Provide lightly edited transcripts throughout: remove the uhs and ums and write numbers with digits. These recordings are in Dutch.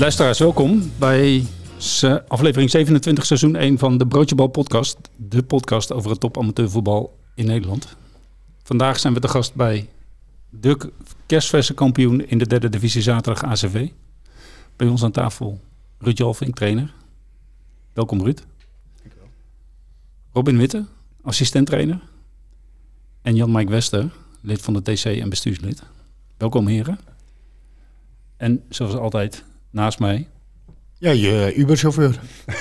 Luisteraars, welkom bij aflevering 27, seizoen 1 van de Broodjebal podcast. De podcast over het top amateurvoetbal in Nederland. Vandaag zijn we te gast bij de kerstverse kampioen in de derde divisie zaterdag ACV. Bij ons aan tafel Ruud Jalvink, trainer. Welkom Ruud. Dankjewel. Robin Witte, assistent-trainer. En Jan-Mike Wester, lid van de TC en bestuurslid. Welkom heren. En zoals altijd, naast mij... Ja, je Uber-chauffeur.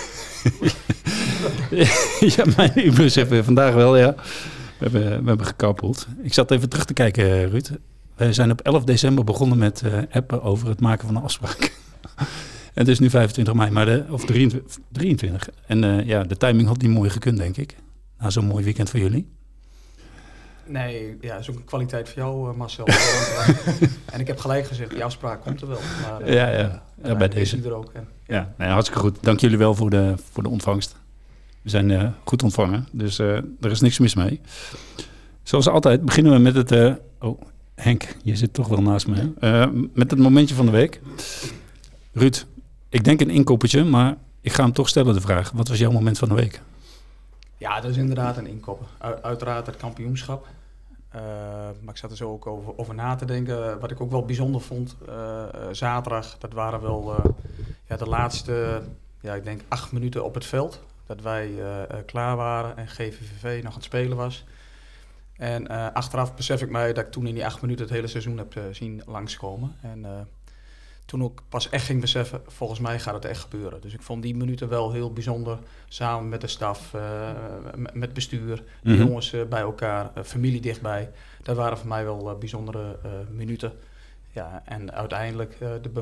Ja, mijn Uber-chauffeur vandaag wel, ja. We hebben gekappeld. Ik zat even terug te kijken, Ruud. We zijn op 11 december begonnen met appen over het maken van een afspraak. En het is nu 25 mei, of 23. En de timing had niet mooi gekund, denk ik. Na zo'n mooi weekend voor jullie. Nee, ja, dat is ook een kwaliteit voor jou, Marcel. En ik heb gelijk gezegd, die afspraak komt er wel. Maar, ja, bij deze. Er ook. En, ja, hartstikke goed. Dank jullie wel voor de ontvangst. We zijn goed ontvangen, dus er is niks mis mee. Zoals altijd beginnen we met het... Henk, je zit toch wel naast me. Met het momentje van de week. Ruud, ik denk een inkoppertje, maar ik ga hem toch stellen de vraag. Wat was jouw moment van de week? Ja, dat is inderdaad een inkopper. Uiteraard het kampioenschap. Maar ik zat er zo ook over na te denken. Wat ik ook wel bijzonder vond, zaterdag, dat waren wel de laatste, ik denk 8 minuten op het veld. Dat wij klaar waren en GVVV nog aan het spelen was. En achteraf besef ik mij dat ik toen in die 8 minuten het hele seizoen heb zien langskomen. En toen ook pas echt ging beseffen, volgens mij gaat het echt gebeuren. Dus ik vond die minuten wel heel bijzonder, samen met de staf, met bestuur, de jongens bij elkaar, familie dichtbij. Dat waren voor mij wel bijzondere minuten. Ja, en uiteindelijk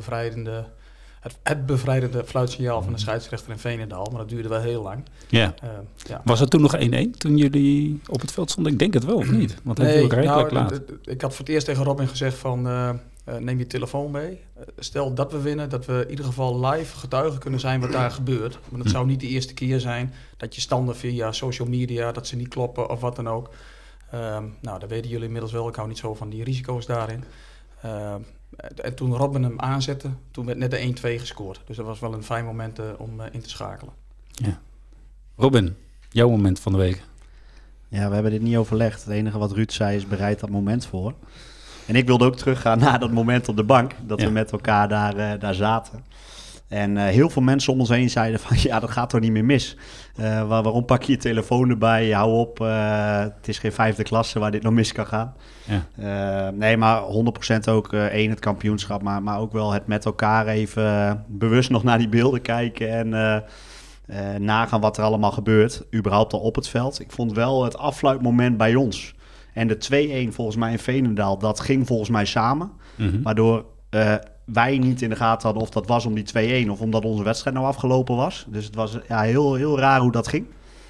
het bevrijdende fluitsignaal van de scheidsrechter in Veenendaal, maar dat duurde wel heel lang. Ja. Was het toen nog 1-1 toen jullie op het veld stonden? Ik denk het wel, of niet? Want hij viel ook redelijk laat. Ik had voor het eerst tegen Robin gezegd van... neem je telefoon mee. Stel dat we winnen, dat we in ieder geval live getuigen kunnen zijn wat daar gebeurt. Want het zou niet de eerste keer zijn dat je standen via social media, dat ze niet kloppen of wat dan ook. Dat weten jullie inmiddels wel. Ik hou niet zo van die risico's daarin. En toen Robin hem aanzette, toen werd net de 1-2 gescoord. Dus dat was wel een fijn moment om in te schakelen. Ja. Robin, jouw moment van de week? Ja, we hebben dit niet overlegd. Het enige wat Ruud zei is bereid dat moment voor. En ik wilde ook teruggaan naar dat moment op de bank, dat we met elkaar daar zaten. En heel veel mensen om ons heen zeiden van, ja, dat gaat toch niet meer mis. Waarom pak je je telefoon erbij? Hou op, het is geen 5e klasse waar dit nog mis kan gaan. Ja. Nee, maar 100% ook het kampioenschap, maar ook wel het met elkaar even bewust nog naar die beelden kijken en nagaan wat er allemaal gebeurt, überhaupt al op het veld. Ik vond wel het afsluitmoment bij ons. En de 2-1 volgens mij in Veenendaal, dat ging volgens mij samen. Waardoor wij niet in de gaten hadden of dat was om die 2-1 of omdat onze wedstrijd nou afgelopen was. Dus het was heel, heel raar hoe dat ging.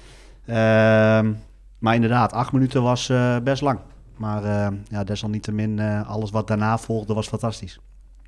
Maar inderdaad, 8 minuten was best lang. Maar desalniettemin, alles wat daarna volgde was fantastisch.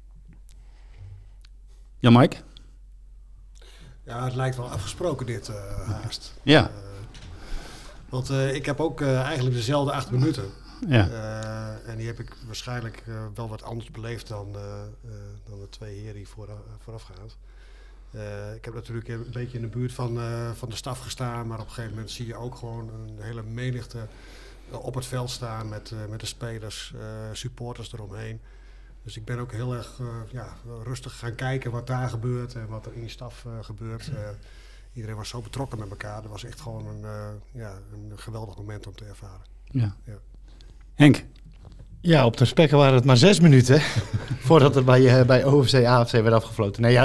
Ja, Mike? Ja, het lijkt wel afgesproken dit haast. Ja. Want ik heb ook eigenlijk dezelfde 8 minuten. Ja. En die heb ik waarschijnlijk wel wat anders beleefd dan de 2 heren die voorafgaan. Ik heb natuurlijk een beetje in de buurt van de staf gestaan. Maar op een gegeven moment zie je ook gewoon een hele menigte op het veld staan met de spelers, supporters eromheen. Dus ik ben ook heel erg rustig gaan kijken wat daar gebeurt en wat er in die staf gebeurt. Iedereen was zo betrokken met elkaar. Dat was echt gewoon een geweldig moment om te ervaren. Ja. Henk? Ja, op de spekken waren het maar 6 minuten voordat het bij OFC AFC werd afgefloten. Nee,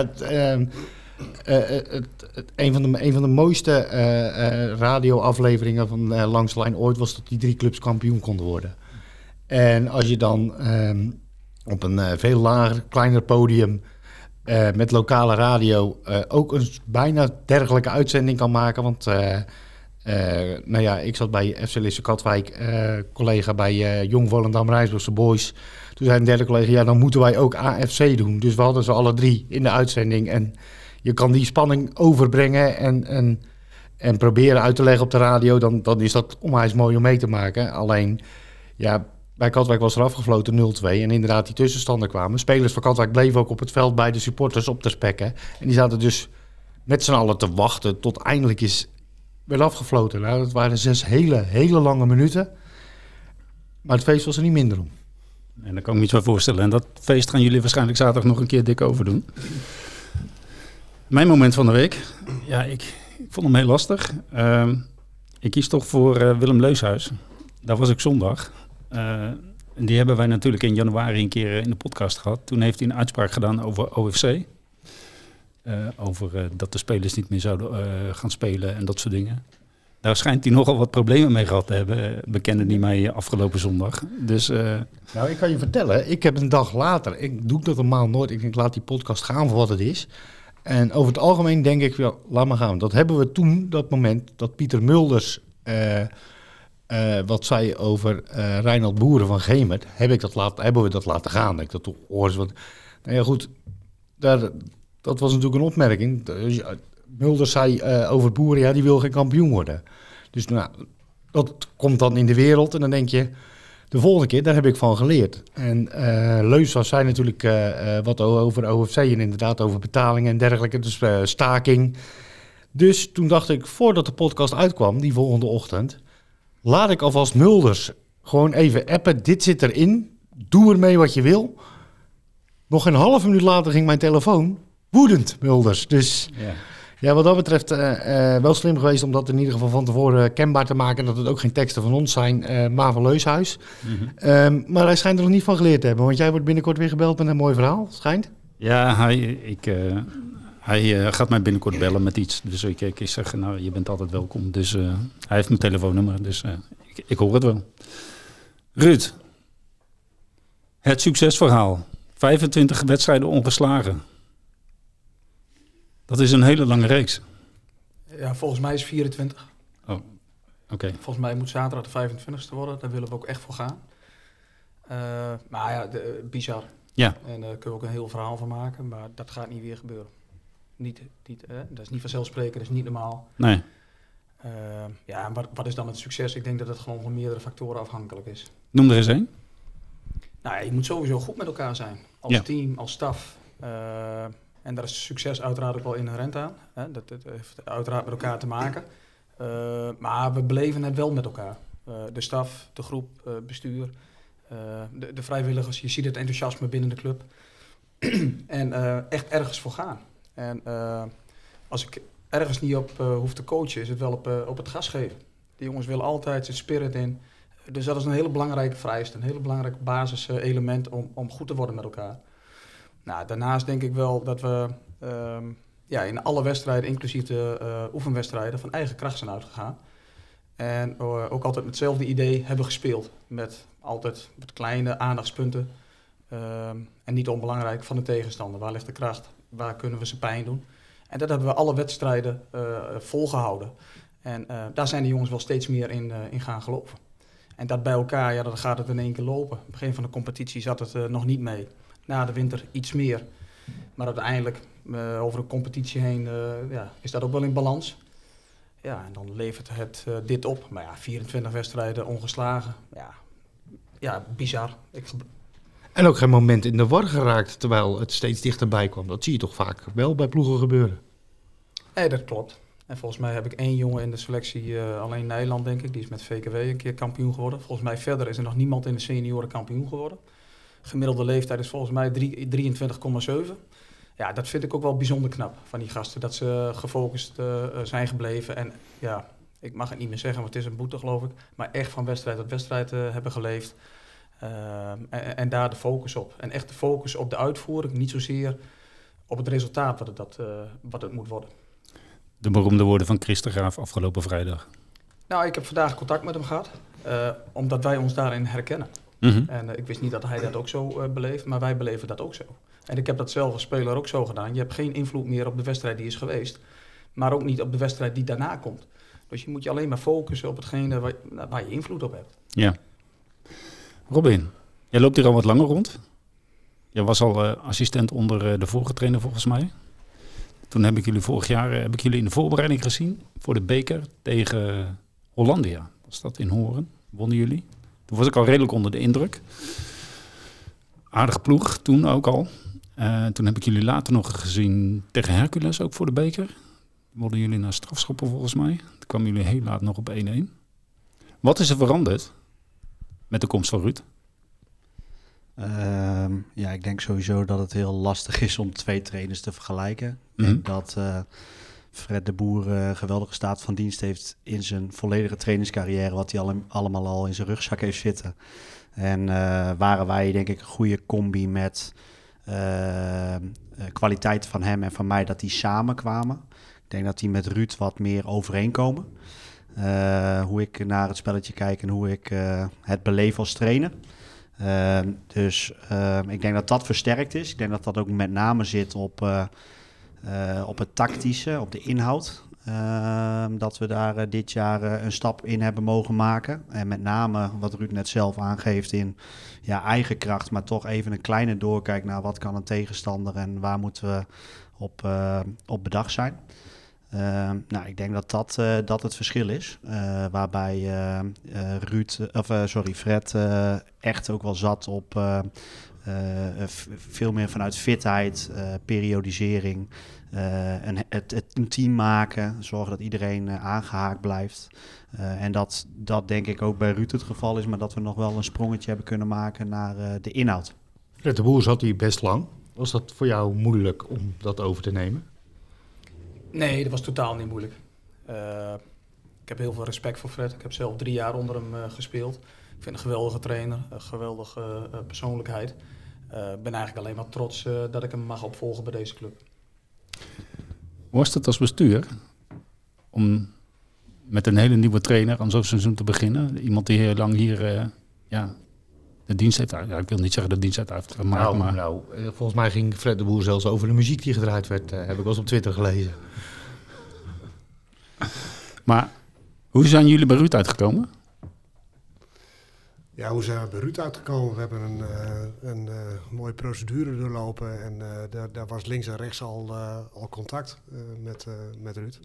een van de mooiste radioafleveringen van Langs de Lijn ooit was dat die 3 clubs kampioen konden worden. En als je dan op een veel lager, kleiner podium met lokale radio ook een bijna dergelijke uitzending kan maken. Want ik zat bij FC Lisse Katwijk, collega bij Jong Volendam Rijnsburgse Boys. Toen zei een derde collega, ja, dan moeten wij ook AFC doen. Dus we hadden ze alle 3 in de uitzending. En je kan die spanning overbrengen en proberen uit te leggen op de radio. Dan is dat onwijs mooi om mee te maken. Alleen, ja, bij Katwijk was er afgefloten 0-2 en inderdaad die tussenstanden kwamen. Spelers van Katwijk bleven ook op het veld bij de supporters op te spekken. En die zaten dus met z'n allen te wachten tot eindelijk werd afgefloten. Nou, dat waren 6 hele lange minuten. Maar het feest was er niet minder om. En daar kan ik me iets bij voorstellen. En dat feest gaan jullie waarschijnlijk zaterdag nog een keer dik overdoen. Mijn moment van de week. Ja, ik vond hem heel lastig. Ik kies toch voor Willem Leushuis. Daar was ik zondag. En die hebben wij natuurlijk in januari een keer in de podcast gehad. Toen heeft hij een uitspraak gedaan over OFC. Over dat de spelers niet meer zouden gaan spelen en dat soort dingen. Daar schijnt hij nogal wat problemen mee gehad te hebben. Bekende die mij afgelopen zondag. Dus, Nou, ik kan je vertellen. Ik heb een dag later. Ik doe dat normaal nooit. Ik denk, laat die podcast gaan voor wat het is. En over het algemeen denk ik, ja, laat maar gaan. Dat hebben we toen, dat moment, dat Pieter Mulders wat zei over Reinald Boeren van Gemert. Hebben we dat laten gaan? Ik dat toch hoor. Nou ja, goed. Dat was natuurlijk een opmerking. Mulders zei over Boeren, ja, die wil geen kampioen worden. Dus nou, dat komt dan in de wereld en dan denk je, de volgende keer, daar heb ik van geleerd. En Leushuis zei natuurlijk wat over OFC en inderdaad over betalingen en dergelijke, dus staking. Dus toen dacht ik, voordat de podcast uitkwam, die volgende ochtend, laat ik alvast Mulders gewoon even appen, dit zit erin, doe ermee wat je wil. Nog een halve minuut later ging mijn telefoon, woedend Mulders, dus... ja. Ja, wat dat betreft wel slim geweest om dat in ieder geval van tevoren kenbaar te maken. Dat het ook geen teksten van ons zijn, maar van Leushuis. Mm-hmm. Maar hij schijnt er nog niet van geleerd te hebben. Want jij wordt binnenkort weer gebeld met een mooi verhaal, schijnt. Ja, hij gaat mij binnenkort bellen met iets. Dus ik zeg, nou, je bent altijd welkom. Dus hij heeft mijn telefoonnummer, dus ik hoor het wel. Ruud, het succesverhaal. 25 wedstrijden ongeslagen. Dat is een hele lange reeks. Ja, volgens mij is 24. Oh, oké. Volgens mij moet zaterdag de 25e worden. Daar willen we ook echt voor gaan. Maar ja, bizar. Ja. En daar kunnen we ook een heel verhaal van maken. Maar dat gaat niet weer gebeuren. Dat is niet vanzelfsprekend, dat is niet normaal. Nee. Ja, wat is dan het succes? Ik denk dat het gewoon van meerdere factoren afhankelijk is. Noem er eens één. Nou ja, je moet sowieso goed met elkaar zijn. Als team, als staf. En daar is succes uiteraard ook wel inherent aan. Hè? Dat heeft uiteraard met elkaar te maken. Maar we beleven het wel met elkaar. De staf, de groep, bestuur, de vrijwilligers. Je ziet het enthousiasme binnen de club. En echt ergens voor gaan. En als ik ergens niet op hoef te coachen, is het wel op het gas geven. De jongens willen altijd zijn spirit in. Dus dat is een hele belangrijke vereiste. Een hele belangrijk basiselement om goed te worden met elkaar. Nou, daarnaast denk ik wel dat we in alle wedstrijden, inclusief de oefenwedstrijden, van eigen kracht zijn uitgegaan. En ook altijd met hetzelfde idee hebben gespeeld. Met altijd wat kleine aandachtspunten. En niet onbelangrijk van de tegenstander. Waar ligt de kracht? Waar kunnen we ze pijn doen? En dat hebben we alle wedstrijden volgehouden. En daar zijn de jongens wel steeds meer in gaan geloven. En dat bij elkaar, ja, dan gaat het in één keer lopen. Op het begin van de competitie zat het nog niet mee. Na de winter iets meer. Maar uiteindelijk, over een competitie heen, is dat ook wel in balans. Ja, en dan levert het dit op. Maar ja, 24 wedstrijden ongeslagen. Ja, bizar. En ook geen moment in de war geraakt, terwijl het steeds dichterbij kwam. Dat zie je toch vaak wel bij ploegen gebeuren? Nee, dat klopt. En volgens mij heb ik 1 jongen in de selectie, alleen in Nederland denk ik. Die is met VKW een keer kampioen geworden. Volgens mij verder is er nog niemand in de senioren kampioen geworden. Gemiddelde leeftijd is volgens mij 23,7. Ja, dat vind ik ook wel bijzonder knap van die gasten. Dat ze gefocust zijn gebleven. En ja, ik mag het niet meer zeggen, want het is een boete geloof ik. Maar echt van wedstrijd tot wedstrijd hebben geleefd. En daar de focus op. En echt de focus op de uitvoering. Niet zozeer op het resultaat wat het moet worden. De beroemde woorden van Chris de Graaf afgelopen vrijdag. Nou, ik heb vandaag contact met hem gehad. Omdat wij ons daarin herkennen. Mm-hmm. En ik wist niet dat hij dat ook zo beleeft, maar wij beleven dat ook zo. En ik heb dat zelf als speler ook zo gedaan. Je hebt geen invloed meer op de wedstrijd die is geweest, maar ook niet op de wedstrijd die daarna komt. Dus je moet je alleen maar focussen op hetgene waar je invloed op hebt. Ja. Robin, jij loopt hier al wat langer rond. Jij was al assistent onder de vorige trainer volgens mij. Toen heb ik jullie vorig jaar in de voorbereiding gezien voor de beker tegen Hollandia. Was dat in Horen? Wonnen jullie? Toen was ik al redelijk onder de indruk. Aardige ploeg, toen ook al. Toen heb ik jullie later nog gezien tegen Hercules, ook voor de beker. Worden jullie naar strafschoppen volgens mij. Toen kwamen jullie heel laat nog op 1-1. Wat is er veranderd met de komst van Ruud? Ik denk sowieso dat het heel lastig is om 2 trainers te vergelijken. Mm-hmm. Ik denk dat Fred de Boer geweldige staat van dienst heeft in zijn volledige trainingscarrière, wat hij allemaal al in zijn rugzak heeft zitten. En waren wij denk ik een goede combi met kwaliteiten van hem en van mij, dat die samenkwamen. Ik denk dat die met Ruud wat meer overeenkomen. Hoe ik naar het spelletje kijk en hoe ik het beleef als trainer. Ik denk dat dat versterkt is. Ik denk dat dat ook met name zit op het tactische, op de inhoud. Dat we daar dit jaar een stap in hebben mogen maken. En met name wat Ruud net zelf aangeeft in eigen kracht, maar toch even een kleine doorkijk naar wat kan een tegenstander en waar moeten we op bedacht zijn. Ik denk dat het verschil is. Waarbij Fred echt ook wel zat op veel meer vanuit fitheid, periodisering, een team maken, zorgen dat iedereen aangehaakt blijft. En dat denk ik ook bij Ruud het geval is, maar dat we nog wel een sprongetje hebben kunnen maken naar de inhoud. Fred de Boer zat hier best lang. Was dat voor jou moeilijk om dat over te nemen? Nee, dat was totaal niet moeilijk. Ik heb heel veel respect voor Fred. Ik heb zelf 3 jaar onder hem gespeeld. Ik vind een geweldige trainer, een geweldige persoonlijkheid. Ik ben eigenlijk alleen maar trots dat ik hem mag opvolgen bij deze club. Hoe was het als bestuur om met een hele nieuwe trainer aan zo'n seizoen te beginnen? Iemand die heel lang hier de dienst heeft. Ja, ik wil niet zeggen de dienst heeft gemaakt. Volgens mij ging Fred de Boer zelfs over de muziek die gedraaid werd. Heb ik wel eens op Twitter gelezen. Maar hoe zijn jullie bij Ruud uitgekomen? Ja, hoe zijn we bij Ruud uitgekomen? We hebben een mooie procedure doorlopen en daar was links en rechts al contact met Ruud.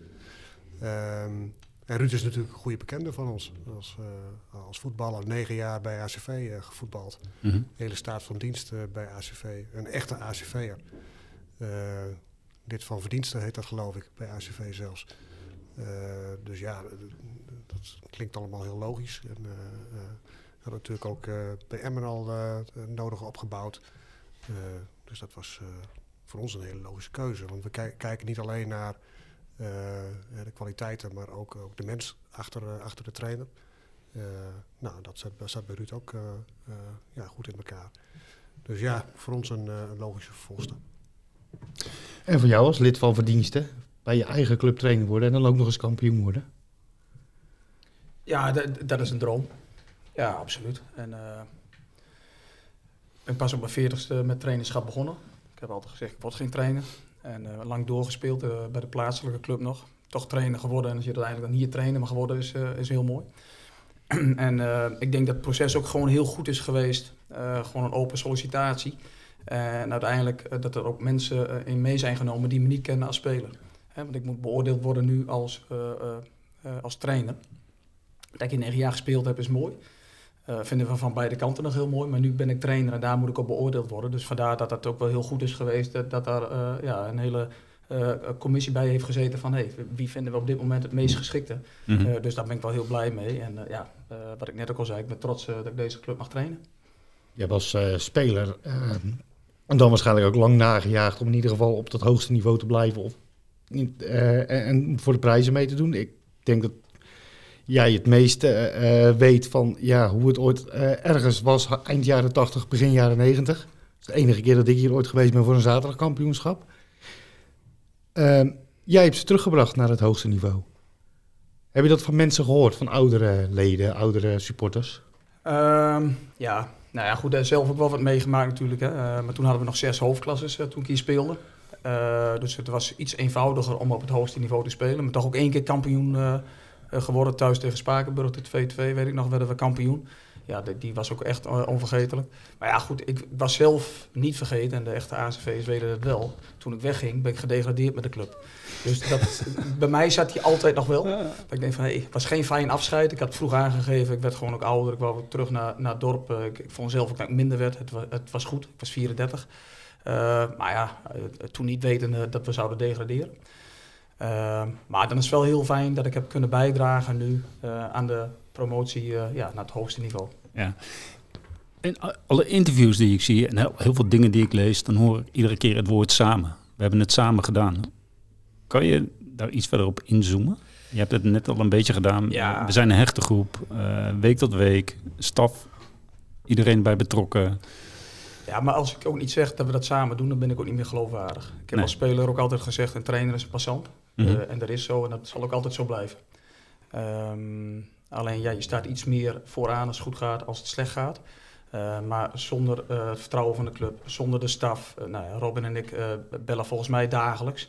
En Ruud is natuurlijk een goede bekende van ons. Als voetballer 9 jaar bij ACV gevoetbald. Mm-hmm. Hele staat van dienst bij ACV. Een echte ACV'er. Lid van verdiensten heet dat geloof ik, bij ACV zelfs. Dus ja, dat klinkt allemaal heel logisch. En we hadden natuurlijk ook bij Emmen al nodig opgebouwd. Dus dat was voor ons een hele logische keuze. Want we kijken niet alleen naar de kwaliteiten, maar ook de mens achter de trainer. Dat zat bij Ruud ook goed in elkaar. Dus ja, voor ons een logische vervolgstap. En voor jou als lid van verdiensten, bij je eigen club trainer worden en dan ook nog eens kampioen worden? Ja, dat is een droom. Ja, absoluut. En ik ben pas op mijn 40ste met trainerschap begonnen. Ik heb altijd gezegd, ik word geen trainer. En lang doorgespeeld bij de plaatselijke club nog. Toch trainer geworden en als je uiteindelijk dan hier trainer mag worden is heel mooi. En ik denk dat het proces ook gewoon heel goed is geweest. Gewoon een open sollicitatie. En uiteindelijk dat er ook mensen in mee zijn genomen die me niet kennen als speler. Want ik moet beoordeeld worden nu als trainer. Dat ik 9 jaar gespeeld heb is mooi. Vinden we van beide kanten nog heel mooi. Maar nu ben ik trainer en daar moet ik op beoordeeld worden. Dus vandaar dat het ook wel heel goed is geweest dat daar een hele commissie bij heeft gezeten van wie vinden we op dit moment het meest geschikte. Mm-hmm. Dus daar ben ik wel heel blij mee. En wat ik net ook al zei, ik ben trots dat ik deze club mag trainen. Jij was speler en dan waarschijnlijk ook lang nagejaagd om in ieder geval op dat hoogste niveau te blijven en voor de prijzen mee te doen. Ik denk dat jij het meest weet van hoe het ooit ergens was, eind jaren 80, begin jaren 90. Dat is de enige keer dat ik hier ooit geweest ben voor een zaterdagkampioenschap. Jij hebt ze teruggebracht naar het hoogste niveau. Heb je dat van mensen gehoord, van oudere leden, oudere supporters? Goed, zelf ook wel wat meegemaakt natuurlijk. Hè. Maar toen hadden we nog 6 hoofdklasses toen ik hier speelde. Dus het was iets eenvoudiger om op het hoogste niveau te spelen. Maar toch ook 1 keer kampioen geworden thuis tegen Spakenburg. De 2-2 weet ik nog, werden we kampioen. Ja, die was ook echt onvergetelijk. Maar ja, goed, ik was zelf niet vergeten. En de echte ACV's weten het wel. Toen ik wegging, ben ik gedegradeerd met de club. Dus bij mij zat hij altijd nog wel. Dat ik denk van, het was geen fijn afscheid. Ik had het vroeg aangegeven. Ik werd gewoon ook ouder. Ik wou terug naar het dorp. Ik vond zelf ook dat ik minder werd. Het was goed. Ik was 34. Maar ja, toen niet wetende dat we zouden degraderen. Maar dan is het wel heel fijn dat ik heb kunnen bijdragen nu aan de promotie naar het hoogste niveau. Ja. In alle interviews die ik zie en heel veel dingen die ik lees, dan hoor ik iedere keer het woord samen. We hebben het samen gedaan. Kan je daar iets verder op inzoomen? Je hebt het net al een beetje gedaan. Ja. We zijn een hechte groep, week tot week, staf, iedereen bij betrokken. Ja, maar als ik ook niet zeg dat we dat samen doen, dan ben ik ook niet meer geloofwaardig. Ik heb als speler ook altijd gezegd, een trainer is een passant. En dat is zo en dat zal ook altijd zo blijven. Alleen ja, je staat iets meer vooraan als het goed gaat, als het slecht gaat. Maar zonder het vertrouwen van de club, zonder de staf. Robin en ik bellen volgens mij dagelijks.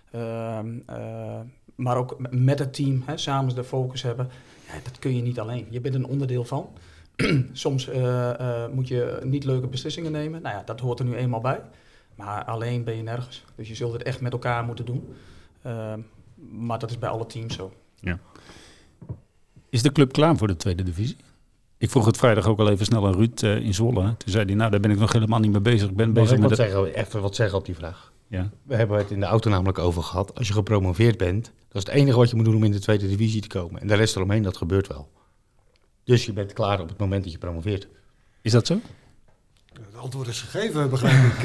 Maar ook met het team, samen de focus hebben. Ja, dat kun je niet alleen. Je bent een onderdeel van. Soms moet je niet leuke beslissingen nemen. Nou ja, dat hoort er nu eenmaal bij. Maar alleen ben je nergens. Dus je zult het echt met elkaar moeten doen. Maar dat is bij alle teams zo. Ja. Is de club klaar voor de tweede divisie? Ik vroeg het vrijdag ook al even snel aan Ruud in Zwolle. Toen zei hij, nou daar ben ik nog helemaal niet mee bezig. Ik ben bezig met even wat zeggen op die vraag? Ja. We hebben het in de auto namelijk over gehad. Als je gepromoveerd bent, dat is het enige wat je moet doen om in de tweede divisie te komen. En de rest eromheen, dat gebeurt wel. Dus je bent klaar op het moment dat je promoveert. Is dat zo? Het antwoord is gegeven, begrijp ik.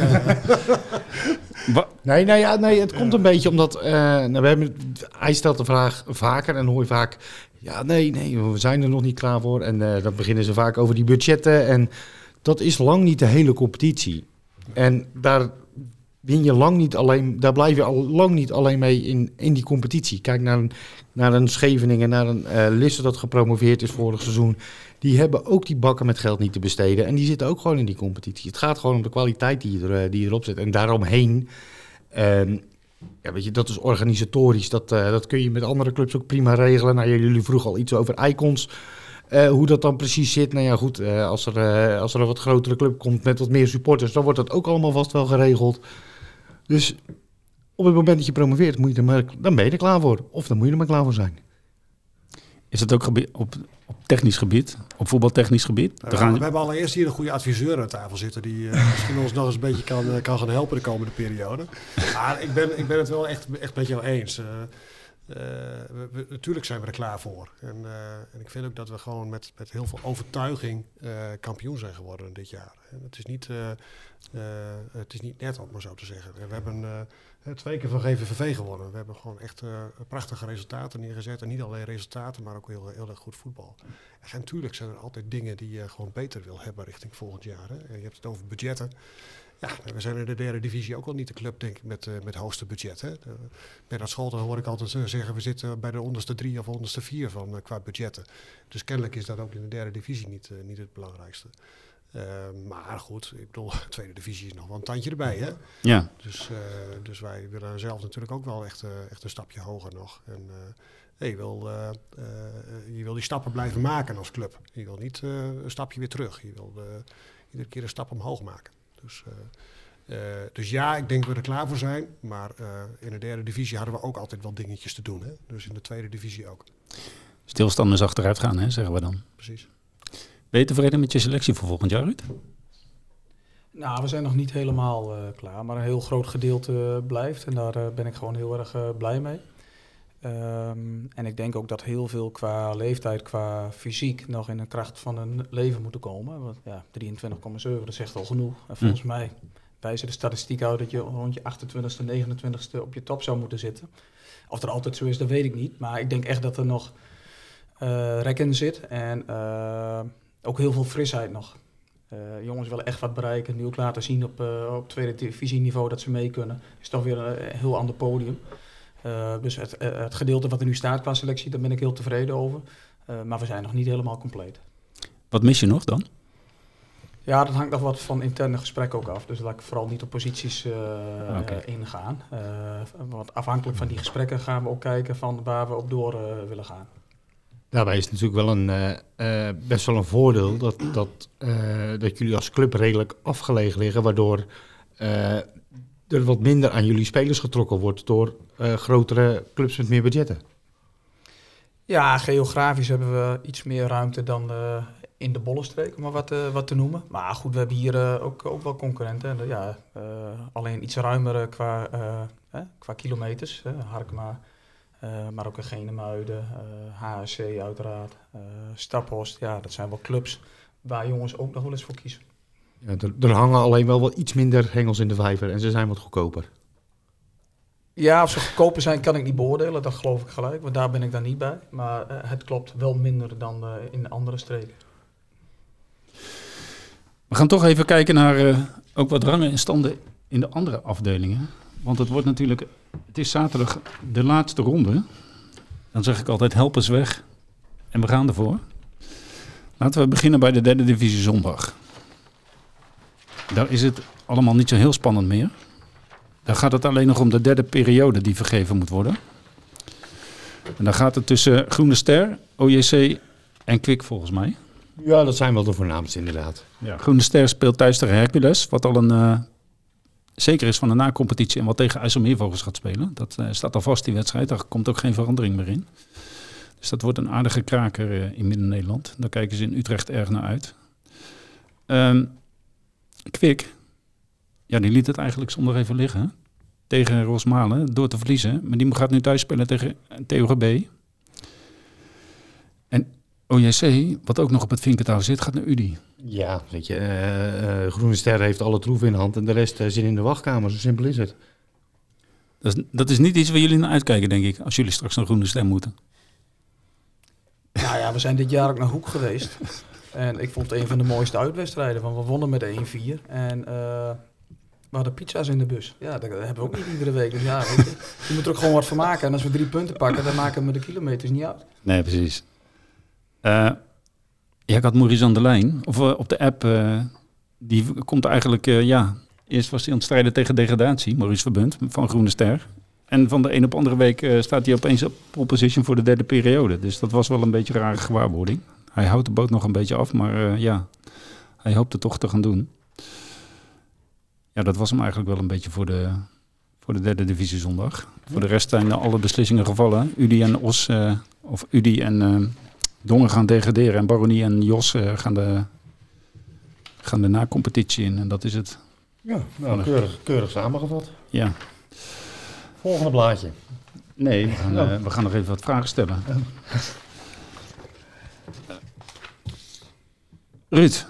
Nee, het komt een beetje omdat... hij stelt de vraag vaker en dan hoor je vaak... Ja, nee, we zijn er nog niet klaar voor. En dan beginnen ze vaak over die budgetten. En dat is lang niet de hele competitie. En daar win je lang niet alleen... Daar blijf je al lang niet alleen mee in die competitie. Kijk naar een Scheveningen, naar een Lisse dat gepromoveerd is vorig seizoen. Die hebben ook die bakken met geld niet te besteden. En die zitten ook gewoon in die competitie. Het gaat gewoon om de kwaliteit die je erop zet. En daaromheen... Ja, weet je, dat is organisatorisch. Dat kun je met andere clubs ook prima regelen. Nou, jullie vroegen al iets over Icons. Hoe dat dan precies zit. Nou ja, goed. Als er een wat grotere club komt met wat meer supporters, dan wordt dat ook allemaal vast wel geregeld. Dus op het moment dat je promoveert, dan ben je er klaar voor. Of dan moet je er maar klaar voor zijn. Is dat ook op technisch gebied, op voetbaltechnisch gebied? We hebben allereerst hier een goede adviseur aan tafel zitten die misschien ons nog eens een beetje kan gaan helpen de komende periode. Maar ik ben het wel echt met jou eens. Natuurlijk zijn we er klaar voor. En ik vind ook dat we gewoon met heel veel overtuiging kampioen zijn geworden dit jaar. En het is niet net, om maar zo te zeggen. We hebben 2 keer van GVVV gewonnen. We hebben gewoon echt prachtige resultaten neergezet. En niet alleen resultaten, maar ook heel erg goed voetbal. En natuurlijk zijn er altijd dingen die je gewoon beter wil hebben richting volgend jaar. Hè. En je hebt het over budgetten. Ja, we zijn in de derde divisie ook al niet de club, denk ik, met hoogste budget. Hè. Bij dat Scholten hoor ik altijd zeggen, we zitten bij de onderste 3 of onderste 4 van qua budgetten. Dus kennelijk is dat ook in de derde divisie niet het belangrijkste. Maar goed, ik bedoel, de tweede divisie is nog wel een tandje erbij, hè? Ja. Dus wij willen zelf natuurlijk ook wel echt een stapje hoger nog. En je wil die stappen blijven maken als club. Je wil niet een stapje weer terug. Je wil iedere keer een stap omhoog maken. Dus ja, ik denk dat we er klaar voor zijn. Maar in de derde divisie hadden we ook altijd wel dingetjes te doen. Hè? Dus in de tweede divisie ook. Stilstanders achteruit gaan, hè, zeggen we dan. Precies. Ben je tevreden met je selectie voor volgend jaar, Ruud? Nou, we zijn nog niet helemaal klaar. Maar een heel groot gedeelte blijft. En daar ben ik gewoon heel erg blij mee. En ik denk ook dat heel veel qua leeftijd, qua fysiek nog in de kracht van een leven moeten komen. Want ja, 23,7, dat zegt al genoeg. En volgens mij wijzen de statistiek uit dat je rond je 28e, 29e op je top zou moeten zitten. Of dat altijd zo is, dat weet ik niet. Maar ik denk echt dat er nog rek in zit. En ook heel veel frisheid nog. Jongens willen echt wat bereiken. Nu ook laten zien op tweede divisieniveau dat ze mee kunnen. Is toch weer een heel ander podium. Dus het gedeelte wat er nu staat qua selectie, daar ben ik heel tevreden over. Maar we zijn nog niet helemaal compleet. Wat mis je nog dan? Ja, dat hangt nog wat van interne gesprekken ook af. Dus laat ik vooral niet op posities ingaan. Want afhankelijk van die gesprekken gaan we ook kijken van waar we op door willen gaan. Daarbij is het natuurlijk wel best wel een voordeel dat jullie als club redelijk afgelegen liggen, waardoor er wat minder aan jullie spelers getrokken wordt door grotere clubs met meer budgetten. Ja, geografisch hebben we iets meer ruimte dan in de Bollenstreek, om maar wat te noemen. Maar goed, we hebben hier ook wel concurrenten. En, alleen iets ruimer qua kilometers. Harkema, maar ook Genemuiden, HSC uiteraard, Staphorst. Ja, dat zijn wel clubs waar jongens ook nog wel eens voor kiezen. Ja, er hangen alleen wel wat iets minder hengels in de vijver en ze zijn wat goedkoper. Ja, of ze goedkoper zijn kan ik niet beoordelen, dat geloof ik gelijk. Want daar ben ik dan niet bij. Maar het klopt wel minder dan in andere streken. We gaan toch even kijken naar ook wat rangen en standen in de andere afdelingen. Want het is zaterdag de laatste ronde. Dan zeg ik altijd, help eens weg. En we gaan ervoor. Laten we beginnen bij de derde divisie zondag. Daar is het allemaal niet zo heel spannend meer. Daar gaat het alleen nog om de derde periode die vergeven moet worden. En dan gaat het tussen Groene Ster, OJC en Kwik volgens mij. Ja, dat zijn wel de voornaamste inderdaad. Ja. Groene Ster speelt thuis tegen Hercules, wat al een zeker is van de na-competitie en wat tegen IJsselmeervogels gaat spelen. Dat staat al vast, die wedstrijd. Daar komt ook geen verandering meer in. Dus dat wordt een aardige kraker in Midden-Nederland. Daar kijken ze in Utrecht erg naar uit. Kwik, ja, die liet het eigenlijk zondag even liggen tegen Rosmalen door te verliezen. Maar die gaat nu thuis spelen tegen TOGB. En OJC, wat ook nog op het vinkertouw zit, gaat naar UDI. Ja, weet je, Groene Ster heeft alle troeven in de hand en de rest zit in de wachtkamer. Zo simpel is het. Dat is niet iets waar jullie naar uitkijken, denk ik, als jullie straks naar Groene Ster moeten. Nou ja, we zijn dit jaar ook naar Hoek geweest. En ik vond het een van de mooiste uitwedstrijden. Want we wonnen met 1-4. En we hadden pizza's in de bus. Ja, dat hebben we ook niet iedere week. Dus ja, weet je moet er ook gewoon wat van maken. En als we 3 punten pakken, dan maken we de kilometers niet uit. Nee, precies. Ik had Maurice aan de lijn. Of op de app. Die komt eigenlijk... eerst was hij aan het strijden tegen degradatie. Maurice Verbund van Groene Ster. En van de een op andere week staat hij opeens op pole position voor de derde periode. Dus dat was wel een beetje een rare gewaarwording. Hij houdt de boot nog een beetje af, maar hij hoopt het toch te gaan doen. Ja, dat was hem eigenlijk wel een beetje voor de derde divisie zondag. Ja. Voor de rest zijn alle beslissingen gevallen. UDI en Os, of UDI en Dongen gaan degraderen. En Baronie en Jos gaan de na-competitie in. En dat is het. Ja, nou, keurig samengevat. Ja. Volgende blaadje. Nee, we gaan nog even wat vragen stellen. Ruud,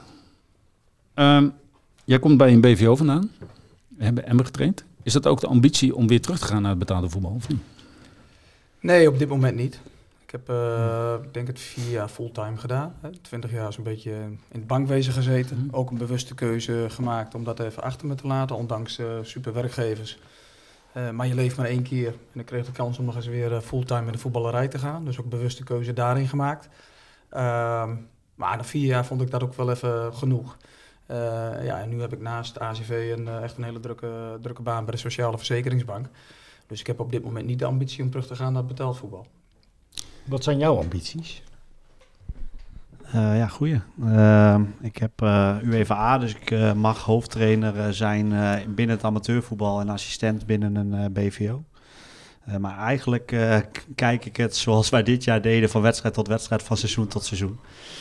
jij komt bij een BVO vandaan. We hebben Emmen getraind. Is dat ook de ambitie om weer terug te gaan naar het betaalde voetbal, of niet? Nee, op dit moment niet. Ik heb, ik denk het 4 jaar fulltime gedaan. 20 jaar is een beetje in het bankwezen gezeten. Ook een bewuste keuze gemaakt om dat even achter me te laten, ondanks super werkgevers. Maar je leeft maar 1 keer. En ik kreeg de kans om nog eens weer fulltime in de voetballerij te gaan. Dus ook bewuste keuze daarin gemaakt. Maar na 4 jaar vond ik dat ook wel even genoeg. En nu heb ik naast ACV echt een hele drukke baan bij de Sociale Verzekeringsbank. Dus ik heb op dit moment niet de ambitie om terug te gaan naar het betaald voetbal. Wat zijn jouw ambities? Goeie. Ik heb UEFA, dus ik mag hoofdtrainer zijn binnen het amateurvoetbal en assistent binnen een BVO. Maar eigenlijk kijk ik het zoals wij dit jaar deden, van wedstrijd tot wedstrijd, van seizoen tot seizoen.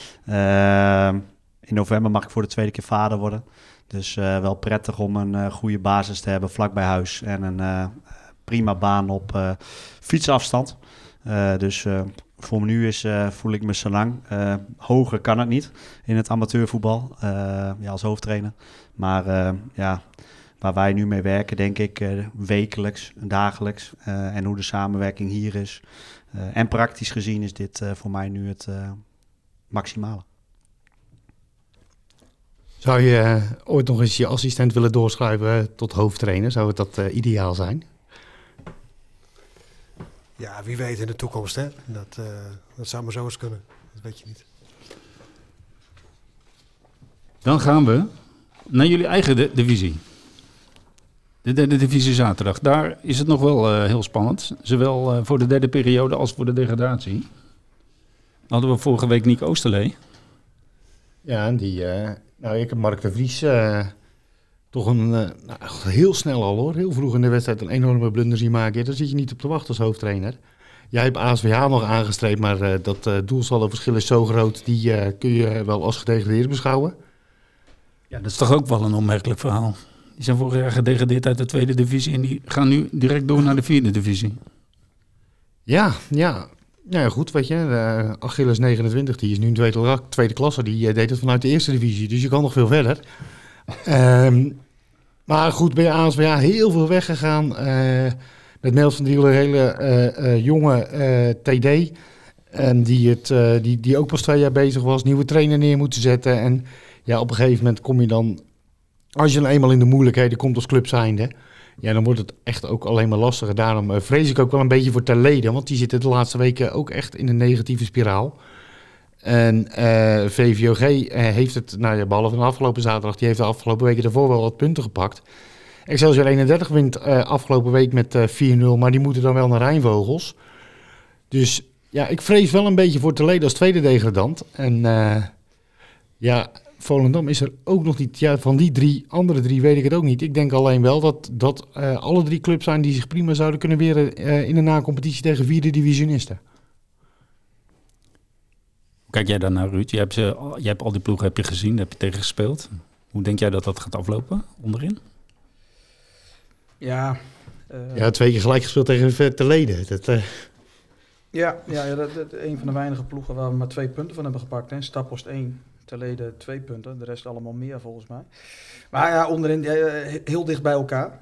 In november mag ik voor de 2e keer vader worden. Dus wel prettig om een goede basis te hebben vlak bij huis en een prima baan op fietsafstand. Dus voor nu voel ik me zo lang. Hoger kan het niet in het amateurvoetbal als hoofdtrainer. Maar waar wij nu mee werken, denk ik wekelijks, dagelijks. En hoe de samenwerking hier is. En praktisch gezien is dit voor mij nu het maximale. Zou je ooit nog eens je assistent willen doorschrijven tot hoofdtrainer? Zou het dat ideaal zijn? Ja, wie weet in de toekomst, hè. Dat zou maar zo eens kunnen. Dat weet je niet. Dan gaan we naar jullie eigen divisie. De derde divisie zaterdag. Daar is het nog wel heel spannend. Zowel voor de derde periode als voor de degradatie. Hadden we vorige week Nick Oosterlee. Ja, en ik heb Mark de Vries toch heel snel al hoor. Heel vroeg in de wedstrijd een enorme blunder zien maken. Ja, daar zit je niet op te wachten als hoofdtrainer. Jij hebt ASWH nog aangestreept, maar dat doelsaldoverschil is zo groot. Die kun je wel als gedegradeerd beschouwen. Ja, dat is toch ook wel een opmerkelijk verhaal. Die zijn vorig jaar gedegradeerd uit de 2e divisie en die gaan nu direct door naar de 4e divisie. Ja, goed, weet je. Achilles 29, die is nu in tweede klasse. Die deed het vanuit de 1e divisie, dus je kan nog veel verder. Maar goed, bij ASWH heel veel weggegaan. Met Nels van Driel, een hele jonge TD. En die ook pas 2 jaar bezig was. Nieuwe trainer neer moeten zetten. En ja, op een gegeven moment kom je dan... Als je dan eenmaal in de moeilijkheden komt als club zijnde... Ja, dan wordt het echt ook alleen maar lastiger. Daarom vrees ik ook wel een beetje voor Ter Leden. Want die zitten de laatste weken ook echt in een negatieve spiraal. En VVOG heeft het, behalve de afgelopen zaterdag... die heeft de afgelopen weken daarvoor wel wat punten gepakt. Excelsior 31 wint afgelopen week met 4-0... maar die moeten dan wel naar Rijnvogels. Dus ja, ik vrees wel een beetje voor Ter Leden als tweede degradant. En Volendam is er ook nog niet. Ja, van die andere drie weet ik het ook niet. Ik denk alleen wel dat alle 3 clubs zijn die zich prima zouden kunnen weren in een na-competitie tegen 4e divisionisten. Hoe kijk jij daar naar, Ruud? Je hebt al die ploegen gezien, heb je tegen gespeeld. Hoe denk jij dat gaat aflopen onderin? Ja. 2 keer gelijk gespeeld tegen Ter Leden. Ja, dat een van de weinige ploegen waar we maar 2 punten van hebben gepakt. Hè. Staphorst 1. Ter Leden 2 punten, de rest allemaal meer volgens mij. Maar ja, onderin heel dicht bij elkaar.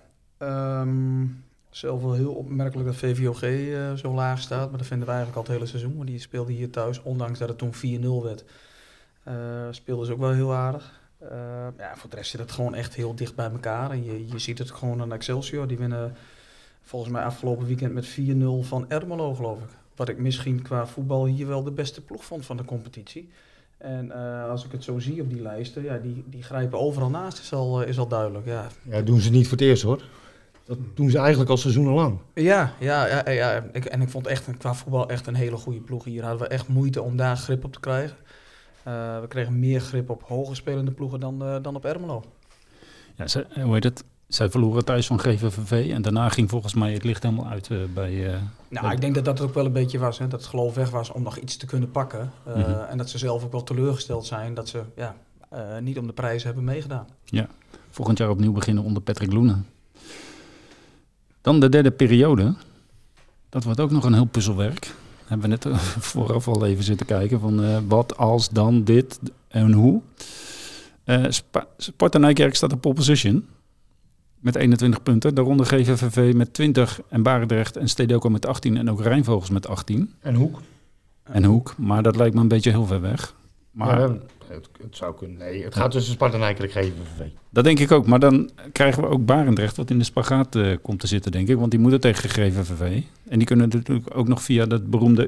Zelf wel heel opmerkelijk dat VVOG zo laag staat, maar dat vinden wij eigenlijk al het hele seizoen. Want die speelde hier thuis, ondanks dat het toen 4-0 werd, speelden ze ook wel heel aardig. Voor de rest zit het gewoon echt heel dicht bij elkaar. En je ziet het gewoon aan Excelsior. Die winnen volgens mij afgelopen weekend met 4-0 van Ermelo, geloof ik. Wat ik misschien qua voetbal hier wel de beste ploeg vond van de competitie. En als ik het zo zie op die lijsten, ja, die grijpen overal naast, is al duidelijk. Ja, doen ze niet voor het eerst hoor. Dat doen ze eigenlijk al seizoenenlang. Ja. Ik vond echt qua voetbal echt een hele goede ploeg. Hier hadden we echt moeite om daar grip op te krijgen. We kregen meer grip op hoger spelende ploegen dan op Ermelo. Ja, hoe heet het? Zij verloren thuis van GVVV en daarna ging volgens mij het licht helemaal uit bij... ik denk dat dat ook wel een beetje was. Hè? Dat het geloof weg was om nog iets te kunnen pakken. En dat ze zelf ook wel teleurgesteld zijn dat ze niet om de prijs hebben meegedaan. Ja, volgend jaar opnieuw beginnen onder Patrick Loenen. Dan de 3e periode. Dat wordt ook nog een heel puzzelwerk. Hebben we net vooraf al even zitten kijken van wat als dan dit en hoe. Sparta Nijkerk staat op pole position met 21 punten. Daaronder GVVV met 20 en Barendrecht en Stedelco met 18 en ook Rijnvogels met 18. En Hoek, maar dat lijkt me een beetje heel ver weg. Maar het zou kunnen. Nee, het gaat tussen Sparta Nijkerk en GVVV. Dat denk ik ook, maar dan krijgen we ook Barendrecht wat in de spagaat komt te zitten, denk ik. Want die moeten tegen GVVV. En die kunnen natuurlijk ook nog via dat beroemde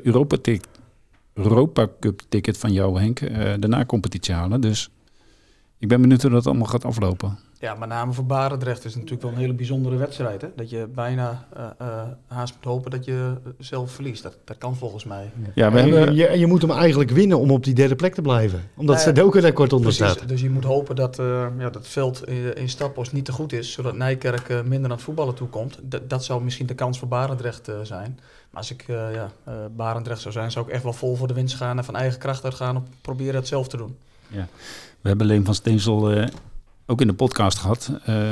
Europa Cup ticket van jou, Henk, de na-competitie halen. Dus ik ben benieuwd hoe dat allemaal gaat aflopen. Ja, met name voor Barendrecht is het natuurlijk wel een hele bijzondere wedstrijd. Hè? Dat je bijna haast moet hopen dat je zelf verliest. Dat kan volgens mij. Ja, je moet hem eigenlijk winnen om op die 3e plek te blijven. Omdat Stedelco daar kort onder staat. Dus je moet hopen dat het veld in Staphorst niet te goed is. Zodat Nijkerk minder aan het voetballen toekomt. Dat zou misschien de kans voor Barendrecht zijn. Maar als ik Barendrecht zou zijn, zou ik echt wel vol voor de winst gaan. En van eigen kracht uit gaan om proberen het zelf te doen. Ja. We hebben Leen van Steensel ook in de podcast gehad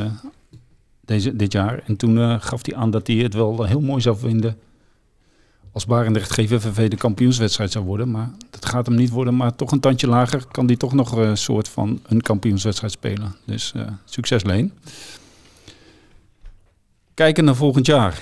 dit jaar. En toen gaf hij aan dat hij het wel heel mooi zou vinden als Barendrecht GVVV de kampioenswedstrijd zou worden. Maar dat gaat hem niet worden. Maar toch een tandje lager kan hij toch nog een soort van een kampioenswedstrijd spelen. Dus succes Leen. Kijken naar volgend jaar.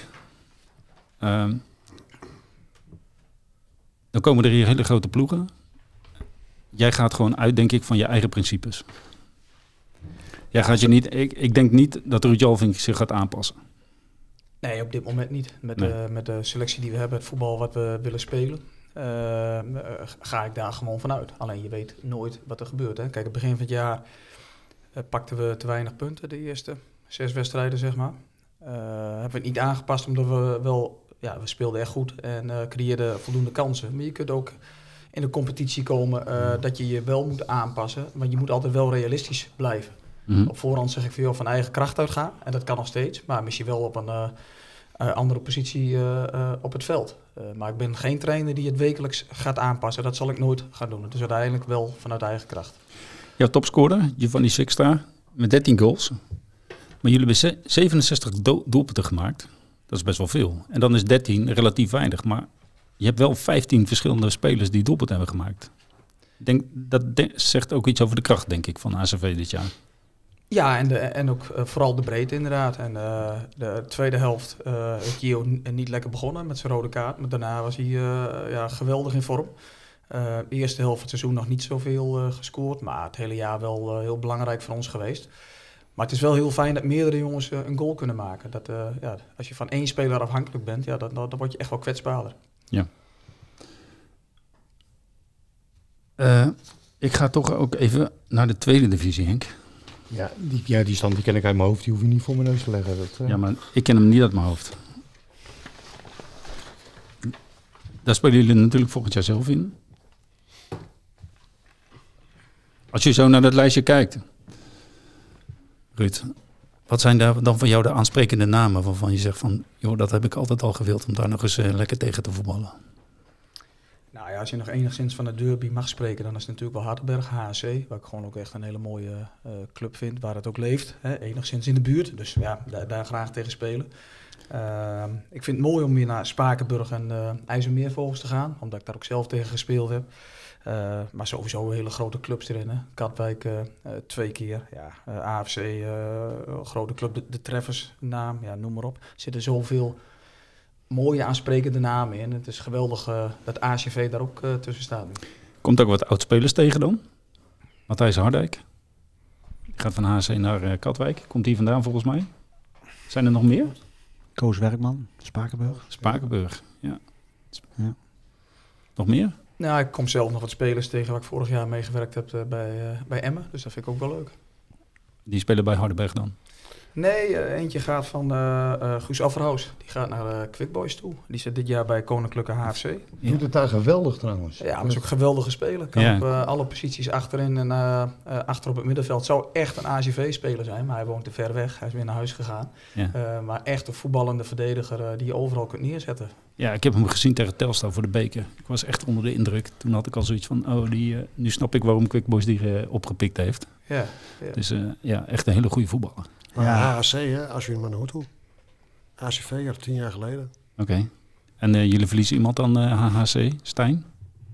Dan komen er hier hele grote ploegen. Jij gaat gewoon uit, denk ik, van je eigen principes. Jij gaat je niet. Ik denk niet dat Ruud Jalvink zich gaat aanpassen. Nee, op dit moment niet. Met de selectie die we hebben, het voetbal wat we willen spelen, ga ik daar gewoon vanuit. Alleen je weet nooit wat er gebeurt. Hè. Kijk, het begin van het jaar pakten we te weinig punten, de eerste 6 wedstrijden, zeg maar. Hebben we het niet aangepast omdat we speelden echt goed en creëerden voldoende kansen. Maar je kunt ook in de competitie komen, dat je je wel moet aanpassen. Want je moet altijd wel realistisch blijven. Op voorhand zeg ik veel van eigen kracht uitgaan. En dat kan nog steeds. Maar mis je wel op een andere positie op het veld. Maar ik ben geen trainer die het wekelijks gaat aanpassen. Dat zal ik nooit gaan doen. Dus uiteindelijk wel vanuit eigen kracht. Jouw topscorer, Giovanni Sixta, met 13 goals. Maar jullie hebben 67 doelpunten gemaakt. Dat is best wel veel. En dan is 13 relatief weinig. Maar je hebt wel 15 verschillende spelers die doelpunten hebben gemaakt. Dat zegt ook iets over de kracht, denk ik, van ACV dit jaar. Ja, en ook vooral de breedte inderdaad. En de tweede helft heeft Gio niet lekker begonnen met zijn rode kaart. Maar daarna was hij geweldig in vorm. De eerste helft van het seizoen nog niet zoveel gescoord. Maar het hele jaar wel heel belangrijk voor ons geweest. Maar het is wel heel fijn dat meerdere jongens een goal kunnen maken. Dat, als je van één speler afhankelijk bent, dan word je echt wel kwetsbaarder. Ja. Ik ga toch ook even naar de tweede divisie, Henk. Ja, die stand die ken ik uit mijn hoofd. Die hoef je niet voor mijn neus te leggen. Ja, maar ik ken hem niet uit mijn hoofd. Daar spelen jullie natuurlijk volgend jaar zelf in. Als je zo naar dat lijstje kijkt, Ruud, wat zijn daar dan voor jou de aansprekende namen waarvan je zegt van, joh, dat heb ik altijd al gewild om daar nog eens lekker tegen te voetballen? Nou ja, als je nog enigszins van de derby mag spreken, dan is het natuurlijk wel Hardenberg, HSC, waar ik gewoon ook echt een hele mooie club vind, waar het ook leeft, hè, enigszins in de buurt. Dus ja, daar graag tegen spelen. Ik vind het mooi om weer naar Spakenburg en IJsselmeervogels te gaan, omdat ik daar ook zelf tegen gespeeld heb. Maar sowieso hele grote clubs erin. Hè. Katwijk 2 keer. Ja, AFC, grote club, de Treffers naam, ja, noem maar op. Er zitten zoveel mooie aansprekende namen in. Het is geweldig dat ACV daar ook tussen staat nu. Komt ook wat oudspelers tegen dan? Matthijs Hardijk. Die gaat van HC naar Katwijk. Komt die vandaan volgens mij? Zijn er nog meer? Koos Werkman, Spakenburg. Spakenburg, ja. Ja. Nog meer? Nou, ik kom zelf nog wat spelers tegen waar ik vorig jaar meegewerkt heb bij Emmen. Dus dat vind ik ook wel leuk. Die spelen bij Hardenberg dan? Nee, eentje gaat van Guus Afferhaus. Die gaat naar Quick Boys toe. Die zit dit jaar bij Koninklijke HFC. Je doet het daar geweldig trouwens. Ja, maar is ook een geweldige speler. Kan Ja. op alle posities achterin en achter op het middenveld. Zou echt een ACV-speler zijn, maar hij woont te ver weg. Hij is weer naar huis gegaan. Ja. Maar echt een voetballende verdediger die je overal kunt neerzetten. Ja, ik heb hem gezien tegen Telstar voor de beker. Ik was echt onder de indruk. Toen had ik al zoiets van, nu snap ik waarom Quick Boys die opgepikt heeft. Ja. Dus echt een hele goede voetballer. Maar Ja. HHC, hè, als je maar naartoe. ACV, 10 jaar geleden. Oké. En jullie verliezen iemand dan HHC, Stijn?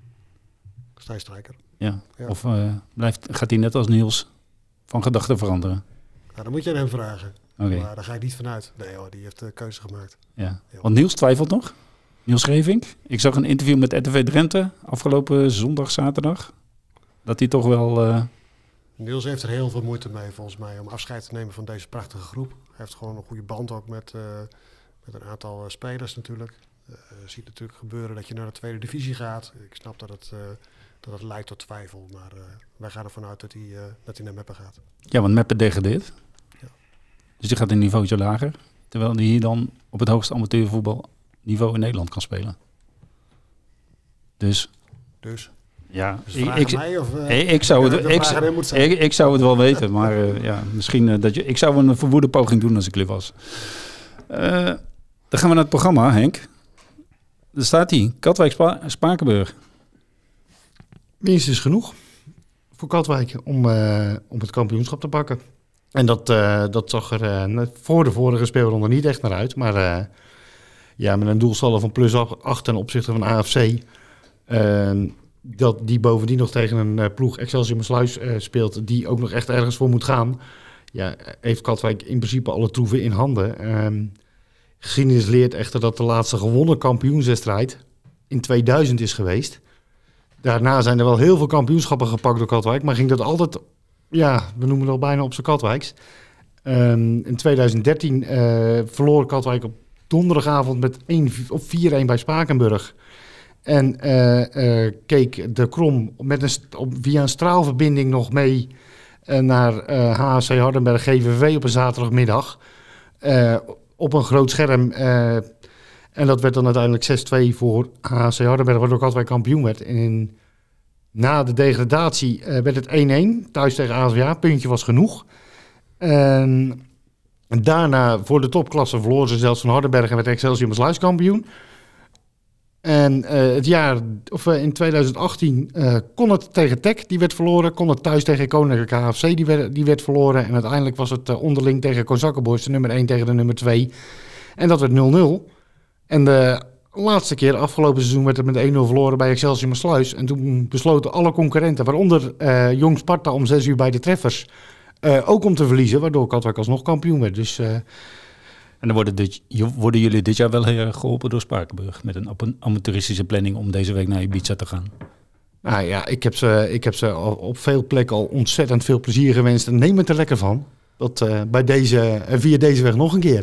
Stijn Strijker. Ja. Ja. Of gaat hij net als Niels van gedachten veranderen? Nou, dan moet je aan hem vragen. Oké. Maar daar ga ik niet vanuit. Nee hoor, die heeft de keuze gemaakt. Ja. Ja. Want Niels twijfelt nog. Niels Revink. Ik zag een interview met RTV Drenthe afgelopen zondag, zaterdag. Dat hij toch wel... Niels heeft er heel veel moeite mee volgens mij om afscheid te nemen van deze prachtige groep. Hij heeft gewoon een goede band ook met een aantal spelers natuurlijk. Ziet natuurlijk gebeuren dat je naar de tweede divisie gaat. Ik snap dat het leidt tot twijfel, maar wij gaan ervan uit dat hij naar Meppen gaat. Ja, want Meppen degradeert. Ja. Dus die gaat een niveautje lager. Terwijl hij hier dan op het hoogste amateurvoetbalniveau in Nederland kan spelen. Dus... Ja, ik zou het wel weten, maar misschien ik zou een verwoede poging doen als ik lid was. Dan gaan we naar het programma, Henk. Daar staat hij, Katwijk Spakenburg. Winst is genoeg voor Katwijk om het kampioenschap te pakken. En dat zag er voor de vorige speelronde niet echt naar uit. Maar met een doelsaldo van +8 ten opzichte van AFC... dat die bovendien nog tegen een ploeg Excelsior Maasluis speelt... die ook nog echt ergens voor moet gaan... Ja, heeft Katwijk in principe alle troeven in handen. Geschiedenis leert echter dat de laatste gewonnen kampioenswedstrijd... in 2000 is geweest. Daarna zijn er wel heel veel kampioenschappen gepakt door Katwijk... maar ging dat altijd, we noemen het al bijna op zijn Katwijks. In 2013 verloor Katwijk op donderdagavond met 4-1 bij Spakenburg... En keek de Krom via een straalverbinding nog mee naar HFC Hardenberg GVV op een zaterdagmiddag. Op een groot scherm. En dat werd dan uiteindelijk 6-2 voor HFC Hardenberg, waardoor Katwijk kampioen werd. En in Na de degradatie werd het 1-1. Thuis tegen ASWA. Puntje was genoeg. En daarna voor de topklasse verloren ze zelfs van Hardenberg en werd Excelsior Maasluis kampioen. En in 2018 kon het tegen TEC, die werd verloren. Kon het thuis tegen Koninklijke KFC, die werd verloren. En uiteindelijk was het onderling tegen Kozakkenboys, de nummer 1 tegen de nummer 2. En dat werd 0-0. En de laatste keer, afgelopen seizoen, werd het met 1-0 verloren bij Excelsior Maasluis. En toen besloten alle concurrenten, waaronder Jong Sparta om 6 uur bij de treffers, ook om te verliezen. Waardoor Katwijk alsnog kampioen werd. Dus... En dan worden jullie dit jaar wel heel erg geholpen door Spakenburg met een amateuristische planning om deze week naar Ibiza te gaan. Nou ja, ik heb ze al op veel plekken al ontzettend veel plezier gewenst en neem het er lekker van. Dat via deze weg nog een keer.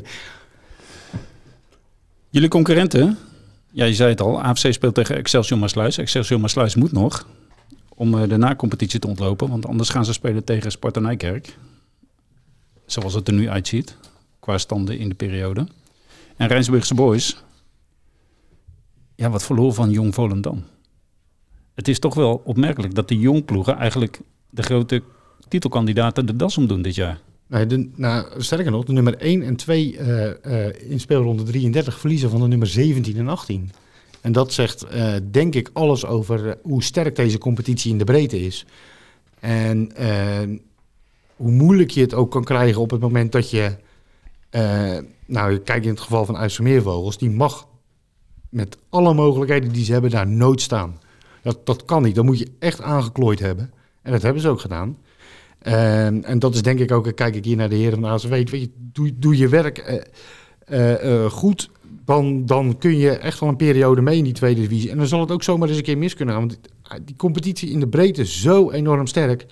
Jullie concurrenten, ja, je zei het al, AFC speelt tegen Excelsior Maasluis. Excelsior Maasluis moet nog om de na-competitie te ontlopen, want anders gaan ze spelen tegen Sparta Nijkerk. Zoals het er nu uitziet. Qua standen in de periode. En Rijnsburgse Boys. Ja, wat verloor van Jong Volendam. Het is toch wel opmerkelijk dat de jongploegen eigenlijk de grote titelkandidaten de das omdoen dit jaar. Nee, sterker nog, de nummer 1 en 2 in speelronde 33 verliezen van de nummer 17 en 18. En dat zegt denk ik alles over hoe sterk deze competitie in de breedte is. En hoe moeilijk je het ook kan krijgen op het moment dat je... kijk in het geval van IJsselmeervogels, die mag met alle mogelijkheden die ze hebben daar nooit staan. Dat kan niet, dat moet je echt aangeklooid hebben. En dat hebben ze ook gedaan. En dat is denk ik ook, kijk ik hier naar de heren van ACW, weet je, doe je werk goed, dan kun je echt wel een periode mee in die tweede divisie. En dan zal het ook zomaar eens een keer mis kunnen gaan, want die competitie in de breedte is zo enorm sterk.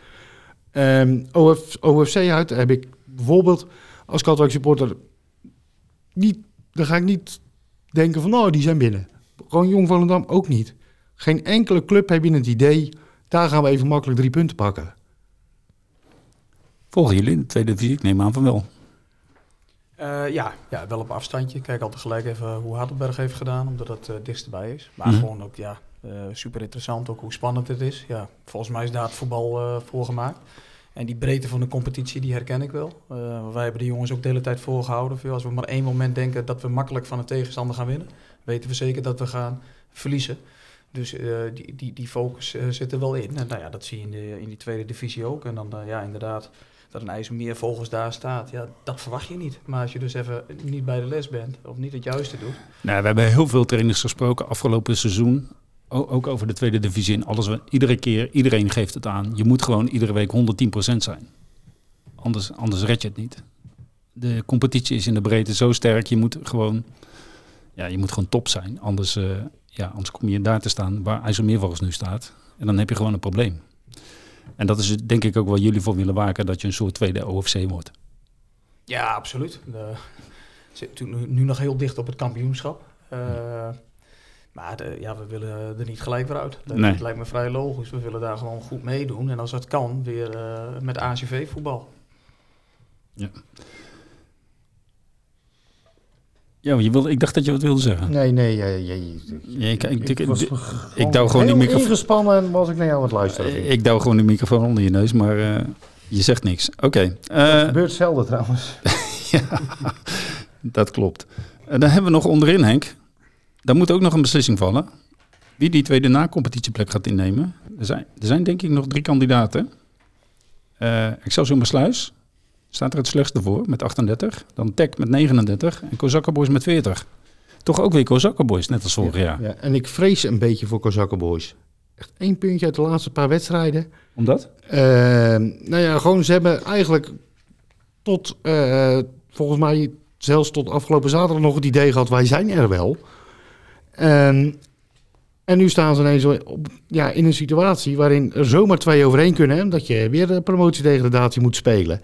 OFC uit heb ik bijvoorbeeld... Als Katwijk supporter dan ga ik niet denken van, die zijn binnen. Gewoon Jong Volendam ook niet. Geen enkele club heeft binnen het idee, daar gaan we even makkelijk 3 punten pakken. Volgen jullie in de tweede divisie? Ik neem aan van wel. Ja, wel op afstandje. Kijk altijd gelijk even hoe Hardenberg heeft gedaan, omdat het dichtst erbij is. Maar gewoon ook, super interessant, ook hoe spannend het is. Ja, volgens mij is daar het voetbal voor gemaakt. En die breedte van de competitie, die herken ik wel. Wij hebben de jongens ook de hele tijd voorgehouden. Als we maar 1 moment denken dat we makkelijk van een tegenstander gaan winnen, weten we zeker dat we gaan verliezen. Dus die focus zit er wel in. En dat zie je in die tweede divisie ook. En dan inderdaad dat een IJsselmeervogels daar staat. Ja, dat verwacht je niet. Maar als je dus even niet bij de les bent of niet het juiste doet. Nou, we hebben heel veel trainers gesproken afgelopen seizoen. Ook over de tweede divisie en alles. Iedere keer, iedereen geeft het aan. Je moet gewoon iedere week 110% zijn. Anders red je het niet. De competitie is in de breedte zo sterk. Je moet gewoon top zijn. Anders kom je daar te staan waar IJsselmeervogels nu staat. En dan heb je gewoon een probleem. En dat is denk ik ook waar jullie voor willen waken. Dat je een soort tweede OFC wordt. Ja, absoluut. Zit nu nog heel dicht op het kampioenschap. Maar we willen er niet gelijk weer uit. Dat lijkt me vrij logisch. We willen daar gewoon goed meedoen. En als dat kan, weer met ACV voetbal. Ja. Ja, ik dacht dat je wat wilde zeggen. Nee. Ik douw gewoon die microfoon. Ingespannen en was ik naar jou aan het luisteren. Ik douw gewoon die microfoon onder je neus, maar je zegt niks. Oké. Dat gebeurt zelden trouwens. Ja, dat klopt. Dan hebben we nog onderin, Henk. Daar moet ook nog een beslissing vallen. Wie die tweede na-competitieplek gaat innemen. Er zijn denk ik nog 3 kandidaten. Excelsior Maasluis staat er het slechtste voor met 38. Dan TEC met 39 en Kozakkenboys met 40. Toch ook weer Kozakkenboys, net als vorig jaar. Ja, en ik vrees een beetje voor Kozakkenboys. Echt 1 puntje uit de laatste paar wedstrijden. Omdat? Gewoon ze hebben eigenlijk tot, volgens mij zelfs tot afgelopen zaterdag nog het idee gehad, wij zijn er wel. En nu staan ze ineens in een situatie waarin er zomaar 2 overheen kunnen. Hè, dat je weer de promotiedegradatie moet spelen.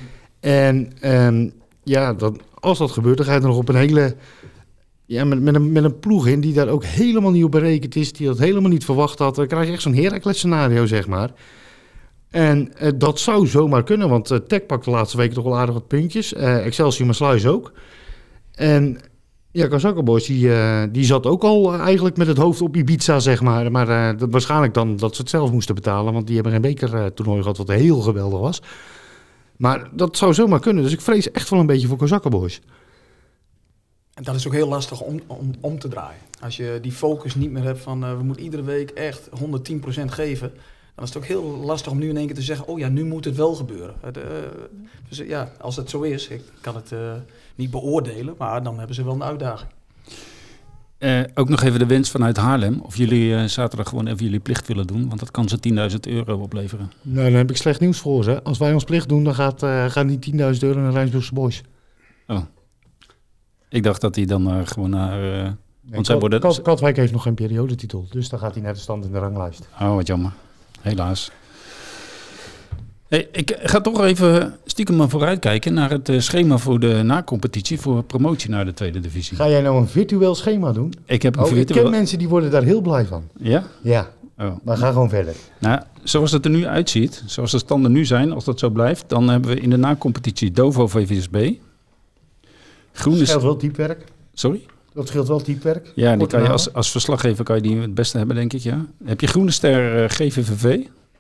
En als dat gebeurt, dan ga je er nog op een hele... Ja, met een ploeg in die daar ook helemaal niet op berekend is. Die dat helemaal niet verwacht had. Dan krijg je echt zo'n Heracles scenario, zeg maar. En dat zou zomaar kunnen, want TEC pakt de laatste weken toch wel aardig wat puntjes. Excelsior Maasluis ook. En Ja, Casaca Boys, die zat ook al eigenlijk met het hoofd op Ibiza, zeg maar. Maar waarschijnlijk dan dat ze het zelf moesten betalen, want die hebben geen bekertoernooi gehad, wat heel geweldig was. Maar dat zou zomaar kunnen, dus ik vrees echt wel een beetje voor Casaca Boys. En dat is ook heel lastig om te draaien. Als je die focus niet meer hebt van we moeten iedere week echt 110% geven, dan is het ook heel lastig om nu in één keer te zeggen, oh ja, nu moet het wel gebeuren. Dus ja, als het zo is, ik kan het niet beoordelen, maar dan hebben ze wel een uitdaging. Ook nog even de wens vanuit Haarlem. Of jullie zaterdag gewoon even jullie plicht willen doen. Want dat kan ze €10.000 opleveren. Nou, dan heb ik slecht nieuws voor ze. Als wij ons plicht doen, dan gaan die €10.000 naar Rijnsburgse Boys. Oh. Ik dacht dat hij dan gewoon naar... want zij worden... Katwijk heeft nog geen periodetitel. Dus dan gaat hij naar de stand in de ranglijst. Oh, wat jammer. Helaas. Hey, ik ga toch even stiekem maar vooruitkijken naar het schema voor de na-competitie voor promotie naar de tweede divisie. Ga jij nou een virtueel schema doen? Ik heb een Ik virtueel... ken mensen die worden daar heel blij van. Ja? Ja, Oh. maar ga gewoon verder. Nou, zoals het er nu uitziet, zoals de standen nu zijn, als dat zo blijft, dan hebben we in de na-competitie Dovo VVSB. Dat scheelt wel typewerk. Sorry? Dat scheelt wel typewerk. Ja, die kan je als verslaggever kan je die het beste hebben, denk ik, ja. Dan heb je Groene Ster GVVV.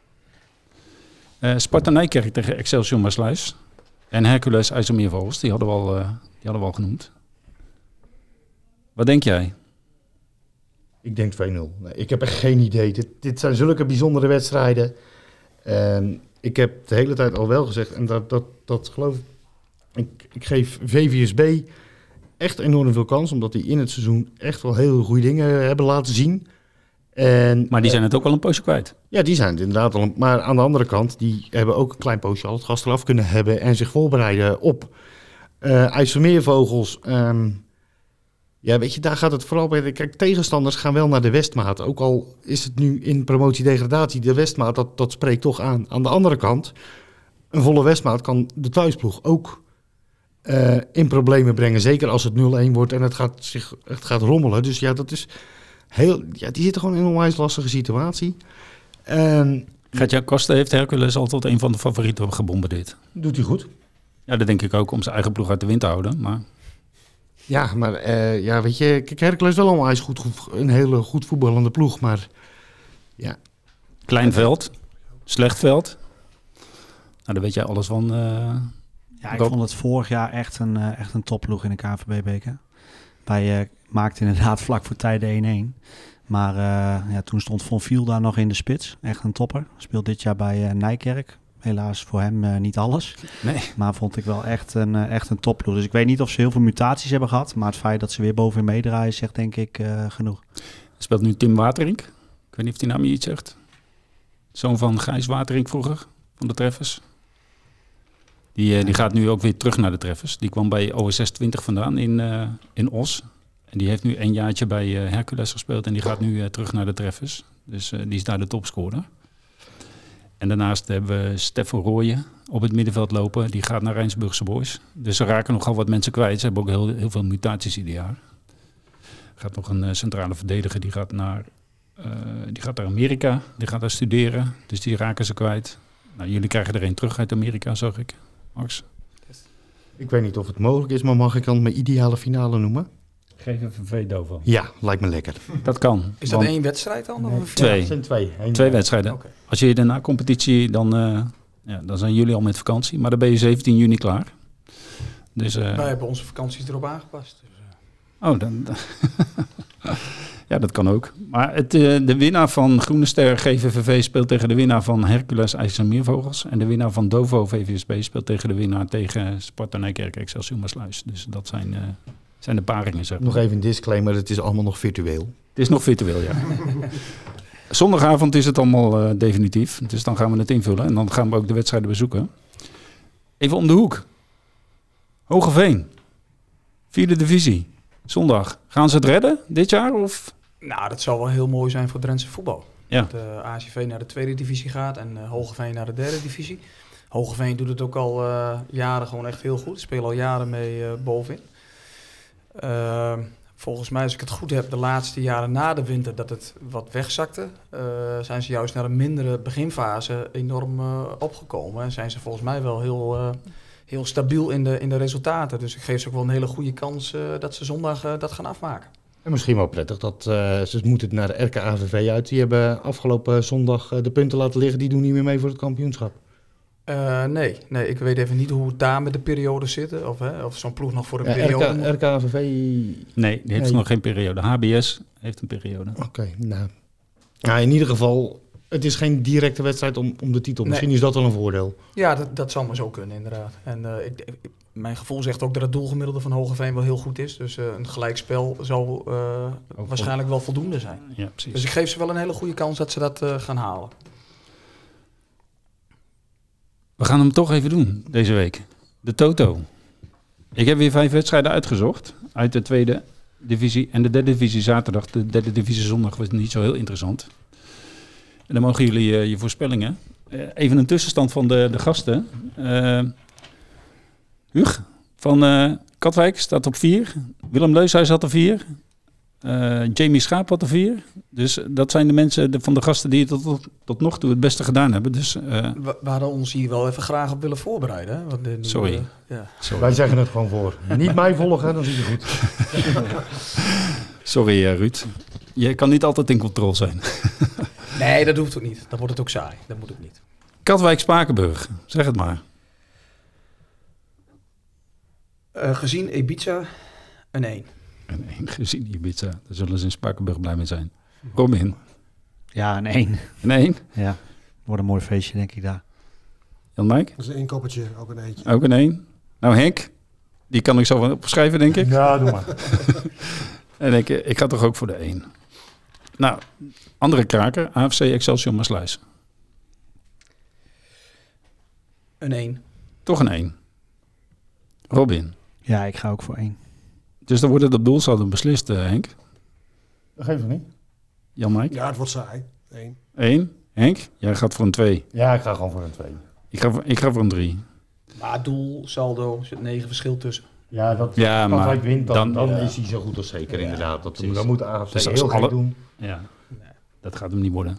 Sparta Nijkerk tegen Excelsior Maasluis. En Hercules IJsselmeervogels, die hadden we al genoemd. Wat denk jij? Ik denk 2-0. Nee, ik heb echt geen idee. Dit zijn zulke bijzondere wedstrijden. Ik heb de hele tijd al wel gezegd, en dat geloof ik. Ik geef VVSB echt enorm veel kans, omdat die in het seizoen echt wel heel goede dingen hebben laten zien. Maar die zijn het ook wel een poosje kwijt. Ja, die zijn het inderdaad al. Maar aan de andere kant, die hebben ook een klein poosje al het gas eraf kunnen hebben en zich voorbereiden op IJsselmeervogels. Ja, weet je, daar gaat het vooral bij. Kijk, tegenstanders gaan wel naar de Westmaat. Ook al is het nu in promotie-degradatie, de Westmaat, dat spreekt toch aan. Aan de andere kant, een volle Westmaat kan de thuisploeg ook in problemen brengen. Zeker als het 0-1 wordt en het gaat rommelen. Dus ja, dat is die zitten gewoon in een onwijs lastige situatie. Gertja Koster heeft Hercules altijd een van de favorieten gebombardeerd. Doet hij goed? Ja, dat denk ik ook, om zijn eigen ploeg uit de wind te houden. Maar... Ja, maar weet je, kijk, Hercules wel allemaal is een hele goed voetballende ploeg, maar ja. Klein veld, slecht veld. Nou, daar weet jij alles van. Ja, ik vond het vorig jaar echt een topploeg in de KNVB-beker. Wij maakten inderdaad vlak voor tijd de 1-1. Maar toen stond Von Viel daar nog in de spits. Echt een topper. Speelt dit jaar bij Nijkerk. Helaas voor hem niet alles. Nee. Maar vond ik wel echt een topploeg. Dus ik weet niet of ze heel veel mutaties hebben gehad. Maar het feit dat ze weer bovenin meedraaien zegt denk ik genoeg. Speelt nu Tim Waterink. Ik weet niet of die naam je iets zegt. Zoon van Gijs Waterink vroeger. Van de Treffers. Die gaat nu ook weer terug naar de Treffers. Die kwam bij OSS 20 vandaan in Os. En die heeft nu 1 jaartje bij Hercules gespeeld. En die gaat nu terug naar de Treffers. Dus die is daar de topscorer. En daarnaast hebben we Stefan Rooyen op het middenveld lopen. Die gaat naar Rijnsburgse Boys. Dus ze raken nogal wat mensen kwijt. Ze hebben ook heel veel mutaties ieder jaar. Er gaat nog een centrale verdediger. Die gaat naar Amerika. Die gaat daar studeren. Dus die raken ze kwijt. Nou, jullie krijgen er een terug uit Amerika, zag ik. Max? Ik weet niet of het mogelijk is, maar mag ik dan mijn ideale finale noemen? GVVV Dovo. Ja, lijkt me lekker. Dat kan. Is dat 1 wedstrijd dan? Nee, of 2. Ja, het zijn 2. 2 wedstrijden. Okay. Als je daarna competitie, dan zijn jullie al met vakantie. Maar dan ben je 17 juni klaar. Dus, wij hebben onze vakanties erop aangepast. Dus, Oh, dan... Ja, dat kan ook. Maar de winnaar van Groene Ster GVVV speelt tegen de winnaar van Hercules IJsselmeervogels. En de winnaar van Dovo VVSB speelt tegen de winnaar tegen Sparta Nijkerk Excelsior Maasluis. Dus dat zijn de paringen, zeg maar. Nog even een disclaimer, het is allemaal nog virtueel. Het is nog virtueel, ja. Zondagavond is het allemaal definitief. Dus dan gaan we het invullen. En dan gaan we ook de wedstrijden bezoeken. Even om de hoek. Hogeveen. 4e divisie. Zondag. Gaan ze het redden dit jaar? Of? Nou, dat zou wel heel mooi zijn voor Drentse voetbal. Ja. Dat de ACV naar de 2e divisie gaat en Hogeveen naar de 3e divisie. Hogeveen doet het ook al jaren gewoon echt heel goed. Spelen al jaren mee bovenin. Volgens mij, als ik het goed heb, de laatste jaren na de winter dat het wat wegzakte, zijn ze juist naar een mindere beginfase enorm opgekomen. En zijn ze volgens mij wel heel stabiel in de resultaten. Dus ik geef ze ook wel een hele goede kans dat ze zondag dat gaan afmaken. En misschien wel prettig dat ze moeten naar de RKAVV uit. Die hebben afgelopen zondag de punten laten liggen. Die doen niet meer mee voor het kampioenschap. Nee, ik weet even niet hoe het daar met de periode zitten. Of zo'n ploeg nog voor een periode moet. RKAVV... Nee, die heeft nog geen periode. HBS heeft een periode. Oké, nou. Ja, in ieder geval, het is geen directe wedstrijd om de titel. Misschien is dat wel een voordeel. Ja, dat zal maar zo kunnen, inderdaad. En mijn gevoel zegt ook dat het doelgemiddelde van Hoogeveen wel heel goed is. Dus een gelijkspel zal waarschijnlijk wel voldoende zijn. Ja, precies. Dus ik geef ze wel een hele goede kans dat ze dat gaan halen. We gaan hem toch even doen deze week. De Toto. Ik heb weer 5 wedstrijden uitgezocht uit de tweede divisie en de derde divisie zaterdag. De derde divisie zondag was niet zo heel interessant. En dan mogen jullie je voorspellingen. Even een tussenstand van de gasten. Huug van Katwijk staat op 4. Willem Leushuis had er 4. Jamie Schaap had er 4. Dus dat zijn de mensen van de gasten die het tot nog toe het beste gedaan hebben. Dus, we hadden ons hier wel even graag op willen voorbereiden. Hè? Want Sorry. Sorry. Wij zeggen het gewoon voor. Niet mij volgen, dan zie je goed. Sorry Ruud. Je kan niet altijd in controle zijn. Nee, dat hoeft ook niet. Dan wordt het ook saai. Dat moet ook niet. Katwijk-Spakenburg. Zeg het maar. Gezien Ibiza, een 1. Een 1 gezien Ibiza. Daar zullen ze in Spakenburg blij mee zijn. Robin. Ja, een 1. Een 1. Ja, wordt een mooi feestje, denk ik daar. Jan-Mike? Dat is een inkoppertje, ook een eentje. Ook een 1. Nou Henk, die kan ik zo wel opschrijven, denk ik. Ja, doe maar. En ik ga toch ook voor de 1. Nou, andere kraker. AFC Excelsior Maasluis. Een 1. Toch een 1. Robin. Ja, ik ga ook voor 1. Dus dan wordt het op doelsaldo beslist, Henk. Dat geeft het niet. Jan-Mike? Ja, het wordt saai. 1. 1. Henk? Jij gaat voor een 2. Ja, ik ga gewoon voor een 2. Ik ga voor een 3. Maar doel, saldo, er zit 9 verschil tussen. Ja, dat Ja, maar Katwijk wint, dan ja. is hij zo goed als zeker, inderdaad. precies. Dan moet de AFC Dus als heel gek alle- doen. Ja, dat gaat hem niet worden.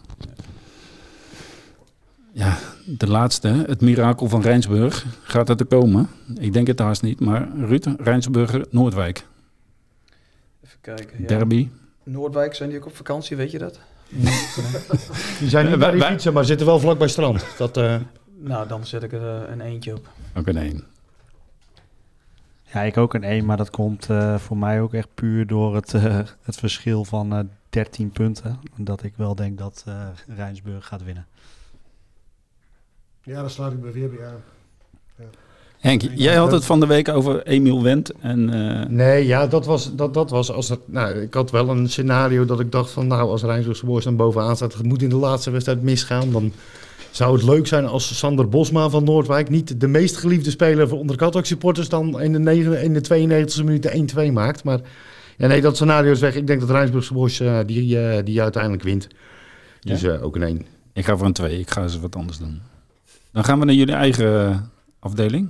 Ja, de laatste, het mirakel van Rijnsburg. Gaat het er komen? Ik denk het haast niet, maar Ruud, Rijnsburger, Noordwijk. Even kijken. Ja. Derby. Noordwijk, zijn die ook op vakantie, weet je dat? Die zijn niet bij wij- fietsen, maar zitten wel vlak bij strand. Dat, Nou, dan zet ik er een eentje op. Ook een 1. Ja, ik ook een 1, maar dat komt voor mij ook echt puur door het verschil van 13 punten. Dat ik wel denk dat Rijnsburg gaat winnen. Ja, daar sluit ik me weer bij aan. Henk, jij had het van de week over Emiel Wendt. En, Nee, ja, dat was als het. Nou, ik had wel een scenario dat ik dacht van, nou, als Rijnsburgse Boys dan bovenaan staat, het moet in de laatste wedstrijd misgaan, dan zou het leuk zijn als Sander Bosma van Noordwijk, niet de meest geliefde speler voor onder Katwijk supporters, dan in de 92e minuut de 1-2 maakt. Maar ja, nee, dat scenario is weg. Ik denk dat Rijnsburgse Boys die uiteindelijk wint. Dus ook een 1. ik ga voor een 2. Ik ga eens wat anders doen. Dan gaan we naar jullie eigen afdeling.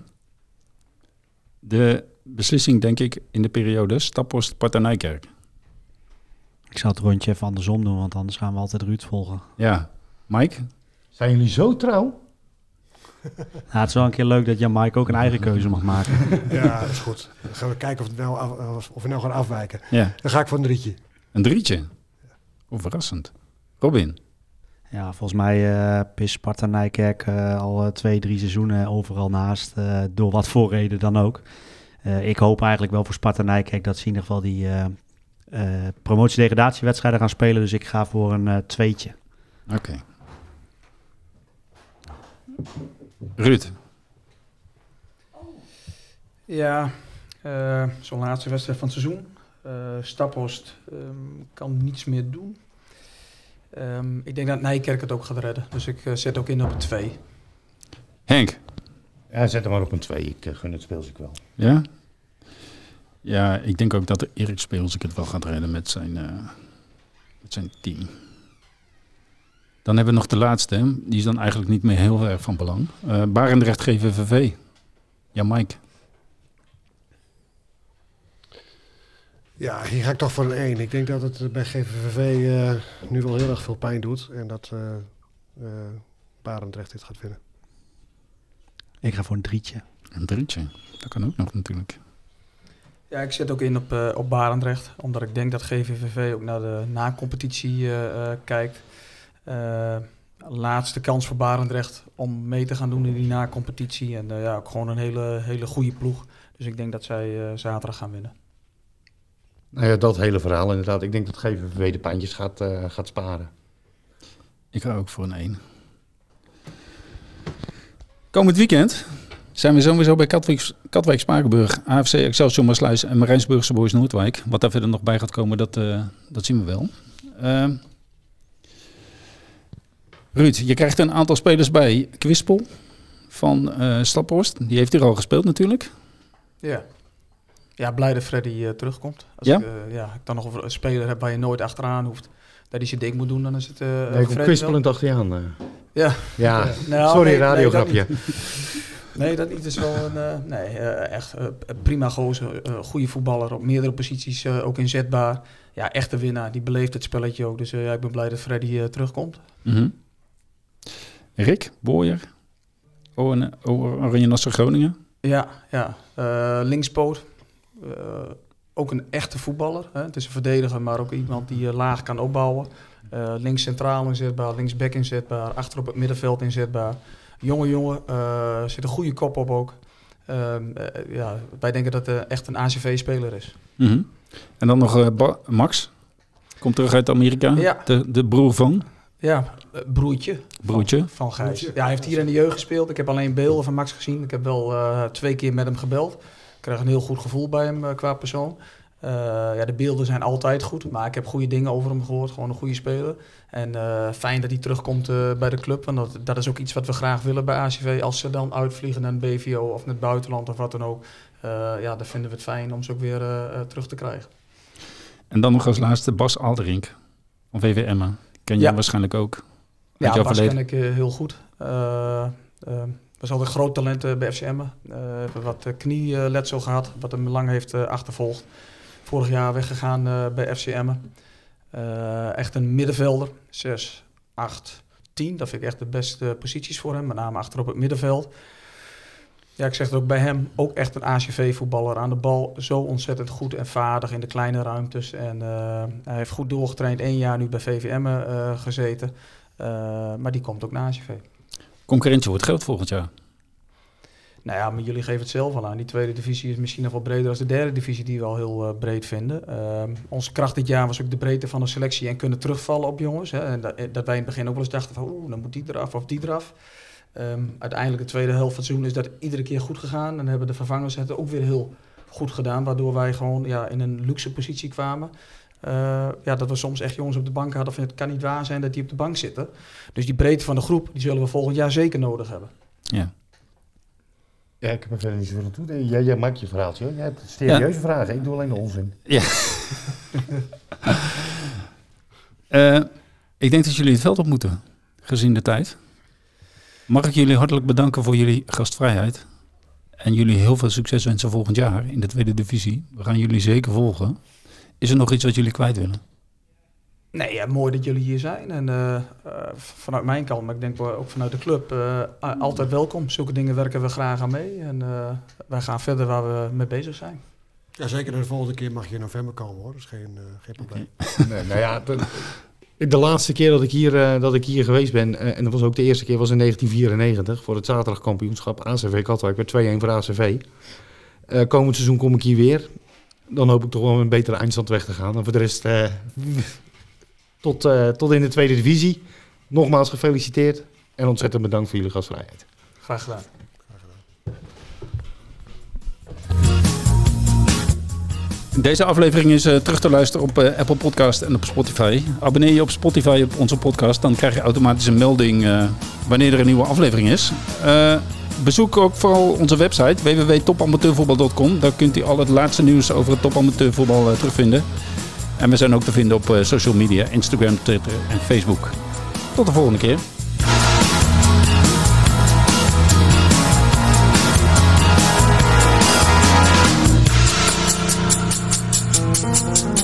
De beslissing, denk ik, in de periode Staphorst-Partij-Nijkerk. Ik zou het rondje even andersom doen, want anders gaan we altijd Ruud volgen. Ja, Mike? Zijn jullie zo trouw? Nou, het is wel een keer leuk dat Jan-Mike ook een eigen keuze mag maken. Ja, dat is goed. Dan gaan we kijken of we nou gaan afwijken. Ja, Dan ga ik voor een 3'tje. een 3'tje. Hoe verrassend. Robin? Ja, volgens mij pist Sparta Nijkerk al 2-3 seizoenen overal naast. Door wat voor reden dan ook. Ik hoop eigenlijk wel voor Sparta Nijkerk dat ze in ieder geval die promotie-degradatiewedstrijden gaan spelen. Dus ik ga voor een 2'tje. Oké. Ruud? Ja, zo'n laatste wedstrijd van het seizoen. Staphorst kan niets meer doen. Ik denk dat Nijkerk het ook gaat redden. Dus ik zet ook in op een 2. Henk? Ja, zet hem maar op een 2. Ik gun het speelstuk wel. Ja? Ja, ik denk ook dat Erik Speels het wel gaat redden met zijn team. Dan hebben we nog de laatste. Die is dan eigenlijk niet meer heel erg van belang. Barendrecht GVVV. Ja, Mike. Ja, hier ga ik toch voor een 1. Ik denk dat het bij GVVV nu wel heel erg veel pijn doet. En dat Barendrecht dit gaat winnen. Ik ga voor een 3'tje. Een drietje. Dat kan ook nog natuurlijk. Ja, ik zet ook in op Barendrecht. Omdat ik denk dat GVVV ook naar de na-competitie kijkt. Laatste kans voor Barendrecht om mee te gaan doen in die na-competitie. En ook gewoon een hele goede ploeg. Dus ik denk dat zij zaterdag gaan winnen. Nou ja, dat hele verhaal inderdaad. Ik denk dat GVVV de pijntjes gaat sparen. Ik ga ook voor een 1. Komend weekend zijn we sowieso bij Katwijk Spakenburg, AFC Excelsior Maassluis en Marijnsburgse Boys Noordwijk. Wat daar verder nog bij gaat komen, dat zien we wel. Ruud, je krijgt een aantal spelers bij Kwispel van Staphorst. Die heeft hier al gespeeld natuurlijk. Ja, blij dat Freddy terugkomt. Als ik dan nog een speler heb waar je nooit achteraan hoeft, dat hij zijn ding moet doen, dan is het ik kom kwispelend achter je aan. Ja. Nou, sorry, radiograpje. Nee, dat niet. Het is wel een echt prima gozer, goede voetballer, op meerdere posities ook inzetbaar. Ja, echte winnaar, die beleeft het spelletje ook. Dus ik ben blij dat Freddy terugkomt. Mm-hmm. Rick Booyer, Oranje Nassau Groningen. Ja. Linkspoot. Ook een echte voetballer. Hè. Het is een verdediger, maar ook iemand die laag kan opbouwen. Links centraal inzetbaar, linksback inzetbaar, achter op het middenveld inzetbaar. Jonge, zit een goede kop op ook. Wij denken dat het echt een ACV-speler is. Mm-hmm. En dan nog Max, komt terug uit Amerika, Ja. de broer van... Ja, broertje. Van Gijs. Ja, hij heeft hier in de jeugd gespeeld. Ik heb alleen beelden van Max gezien. Ik heb wel 2 keer met hem gebeld. Ik krijg een heel goed gevoel bij hem qua persoon. De beelden zijn altijd goed, maar ik heb goede dingen over hem gehoord. Gewoon een goede speler. En fijn dat hij terugkomt bij de club. Want dat is ook iets wat we graag willen bij ACV. Als ze dan uitvliegen naar een BVO of naar het buitenland of wat dan ook. Dan vinden we het fijn om ze ook weer terug te krijgen. En dan nog als laatste Bas Alderink van VV Emmen. Ken je hem waarschijnlijk ook? Ja, Bas ken ik heel goed. Was altijd een groot talent bij FC Emmen. Wat knieletsel gehad, wat hem lang heeft achtervolgd. Vorig jaar weggegaan bij FC Emmen. Echt een middenvelder. 6, 8, 10. Dat vind ik echt de beste posities voor hem. Met name achter op het middenveld. Ja, ik zeg het ook bij hem. Ook echt een ACV-voetballer. Aan de bal zo ontzettend goed en vaardig in de kleine ruimtes. En hij heeft goed doorgetraind. 1 jaar nu bij VVM gezeten. Maar die komt ook naar ACV. Concurrentie wordt groot volgend jaar. Nou ja, maar jullie geven het zelf al aan. Die tweede divisie is misschien nog wel breder dan de derde divisie, die we al heel breed vinden. Onze kracht dit jaar was ook de breedte van de selectie en kunnen terugvallen op jongens. Hè. En dat wij in het begin ook wel eens dachten van, dan moet die eraf of die eraf. Uiteindelijk de tweede helft van het seizoen is dat iedere keer goed gegaan. En hebben de vervangers het ook weer heel goed gedaan, waardoor wij gewoon in een luxe positie kwamen. Dat we soms echt jongens op de bank hadden van, het kan niet waar zijn dat die op de bank zitten. Dus die breedte van de groep, die zullen we volgend jaar zeker nodig hebben. Ja. Ja, ik heb er verder niet zoveel aan toe. Jij maakt je verhaaltje, hoor. Jij hebt serieuze vragen. Ik doe alleen de onzin. Ja. Ik denk dat jullie het veld op moeten, gezien de tijd. Mag ik jullie hartelijk bedanken voor jullie gastvrijheid. En jullie heel veel succes wensen volgend jaar in de tweede divisie. We gaan jullie zeker volgen. Is er nog iets wat jullie kwijt willen? Nee, ja, mooi dat jullie hier zijn. En vanuit mijn kant, maar ik denk ook vanuit de club, altijd welkom. Zulke dingen werken we graag aan mee. En wij gaan verder waar we mee bezig zijn. Ja, zeker de volgende keer mag je in november komen, hoor. Dat is geen probleem. Nee, nou ja, de laatste keer dat ik hier geweest ben, en dat was ook de eerste keer, was in 1994 voor het zaterdagkampioenschap ACV Katwijk met 2-1 voor ACV. Komend seizoen kom ik hier weer. Dan hoop ik toch wel een betere eindstand weg te gaan. En voor de rest tot in de tweede divisie. Nogmaals gefeliciteerd en ontzettend bedankt voor jullie gastvrijheid. Graag gedaan. Deze aflevering is terug te luisteren op Apple Podcast en op Spotify. Abonneer je op Spotify op onze podcast, dan krijg je automatisch een melding wanneer er een nieuwe aflevering is. Bezoek ook vooral onze website www.topamateurvoetbal.com. Daar kunt u al het laatste nieuws over het topamateurvoetbal terugvinden. En we zijn ook te vinden op social media, Instagram, Twitter en Facebook. Tot de volgende keer.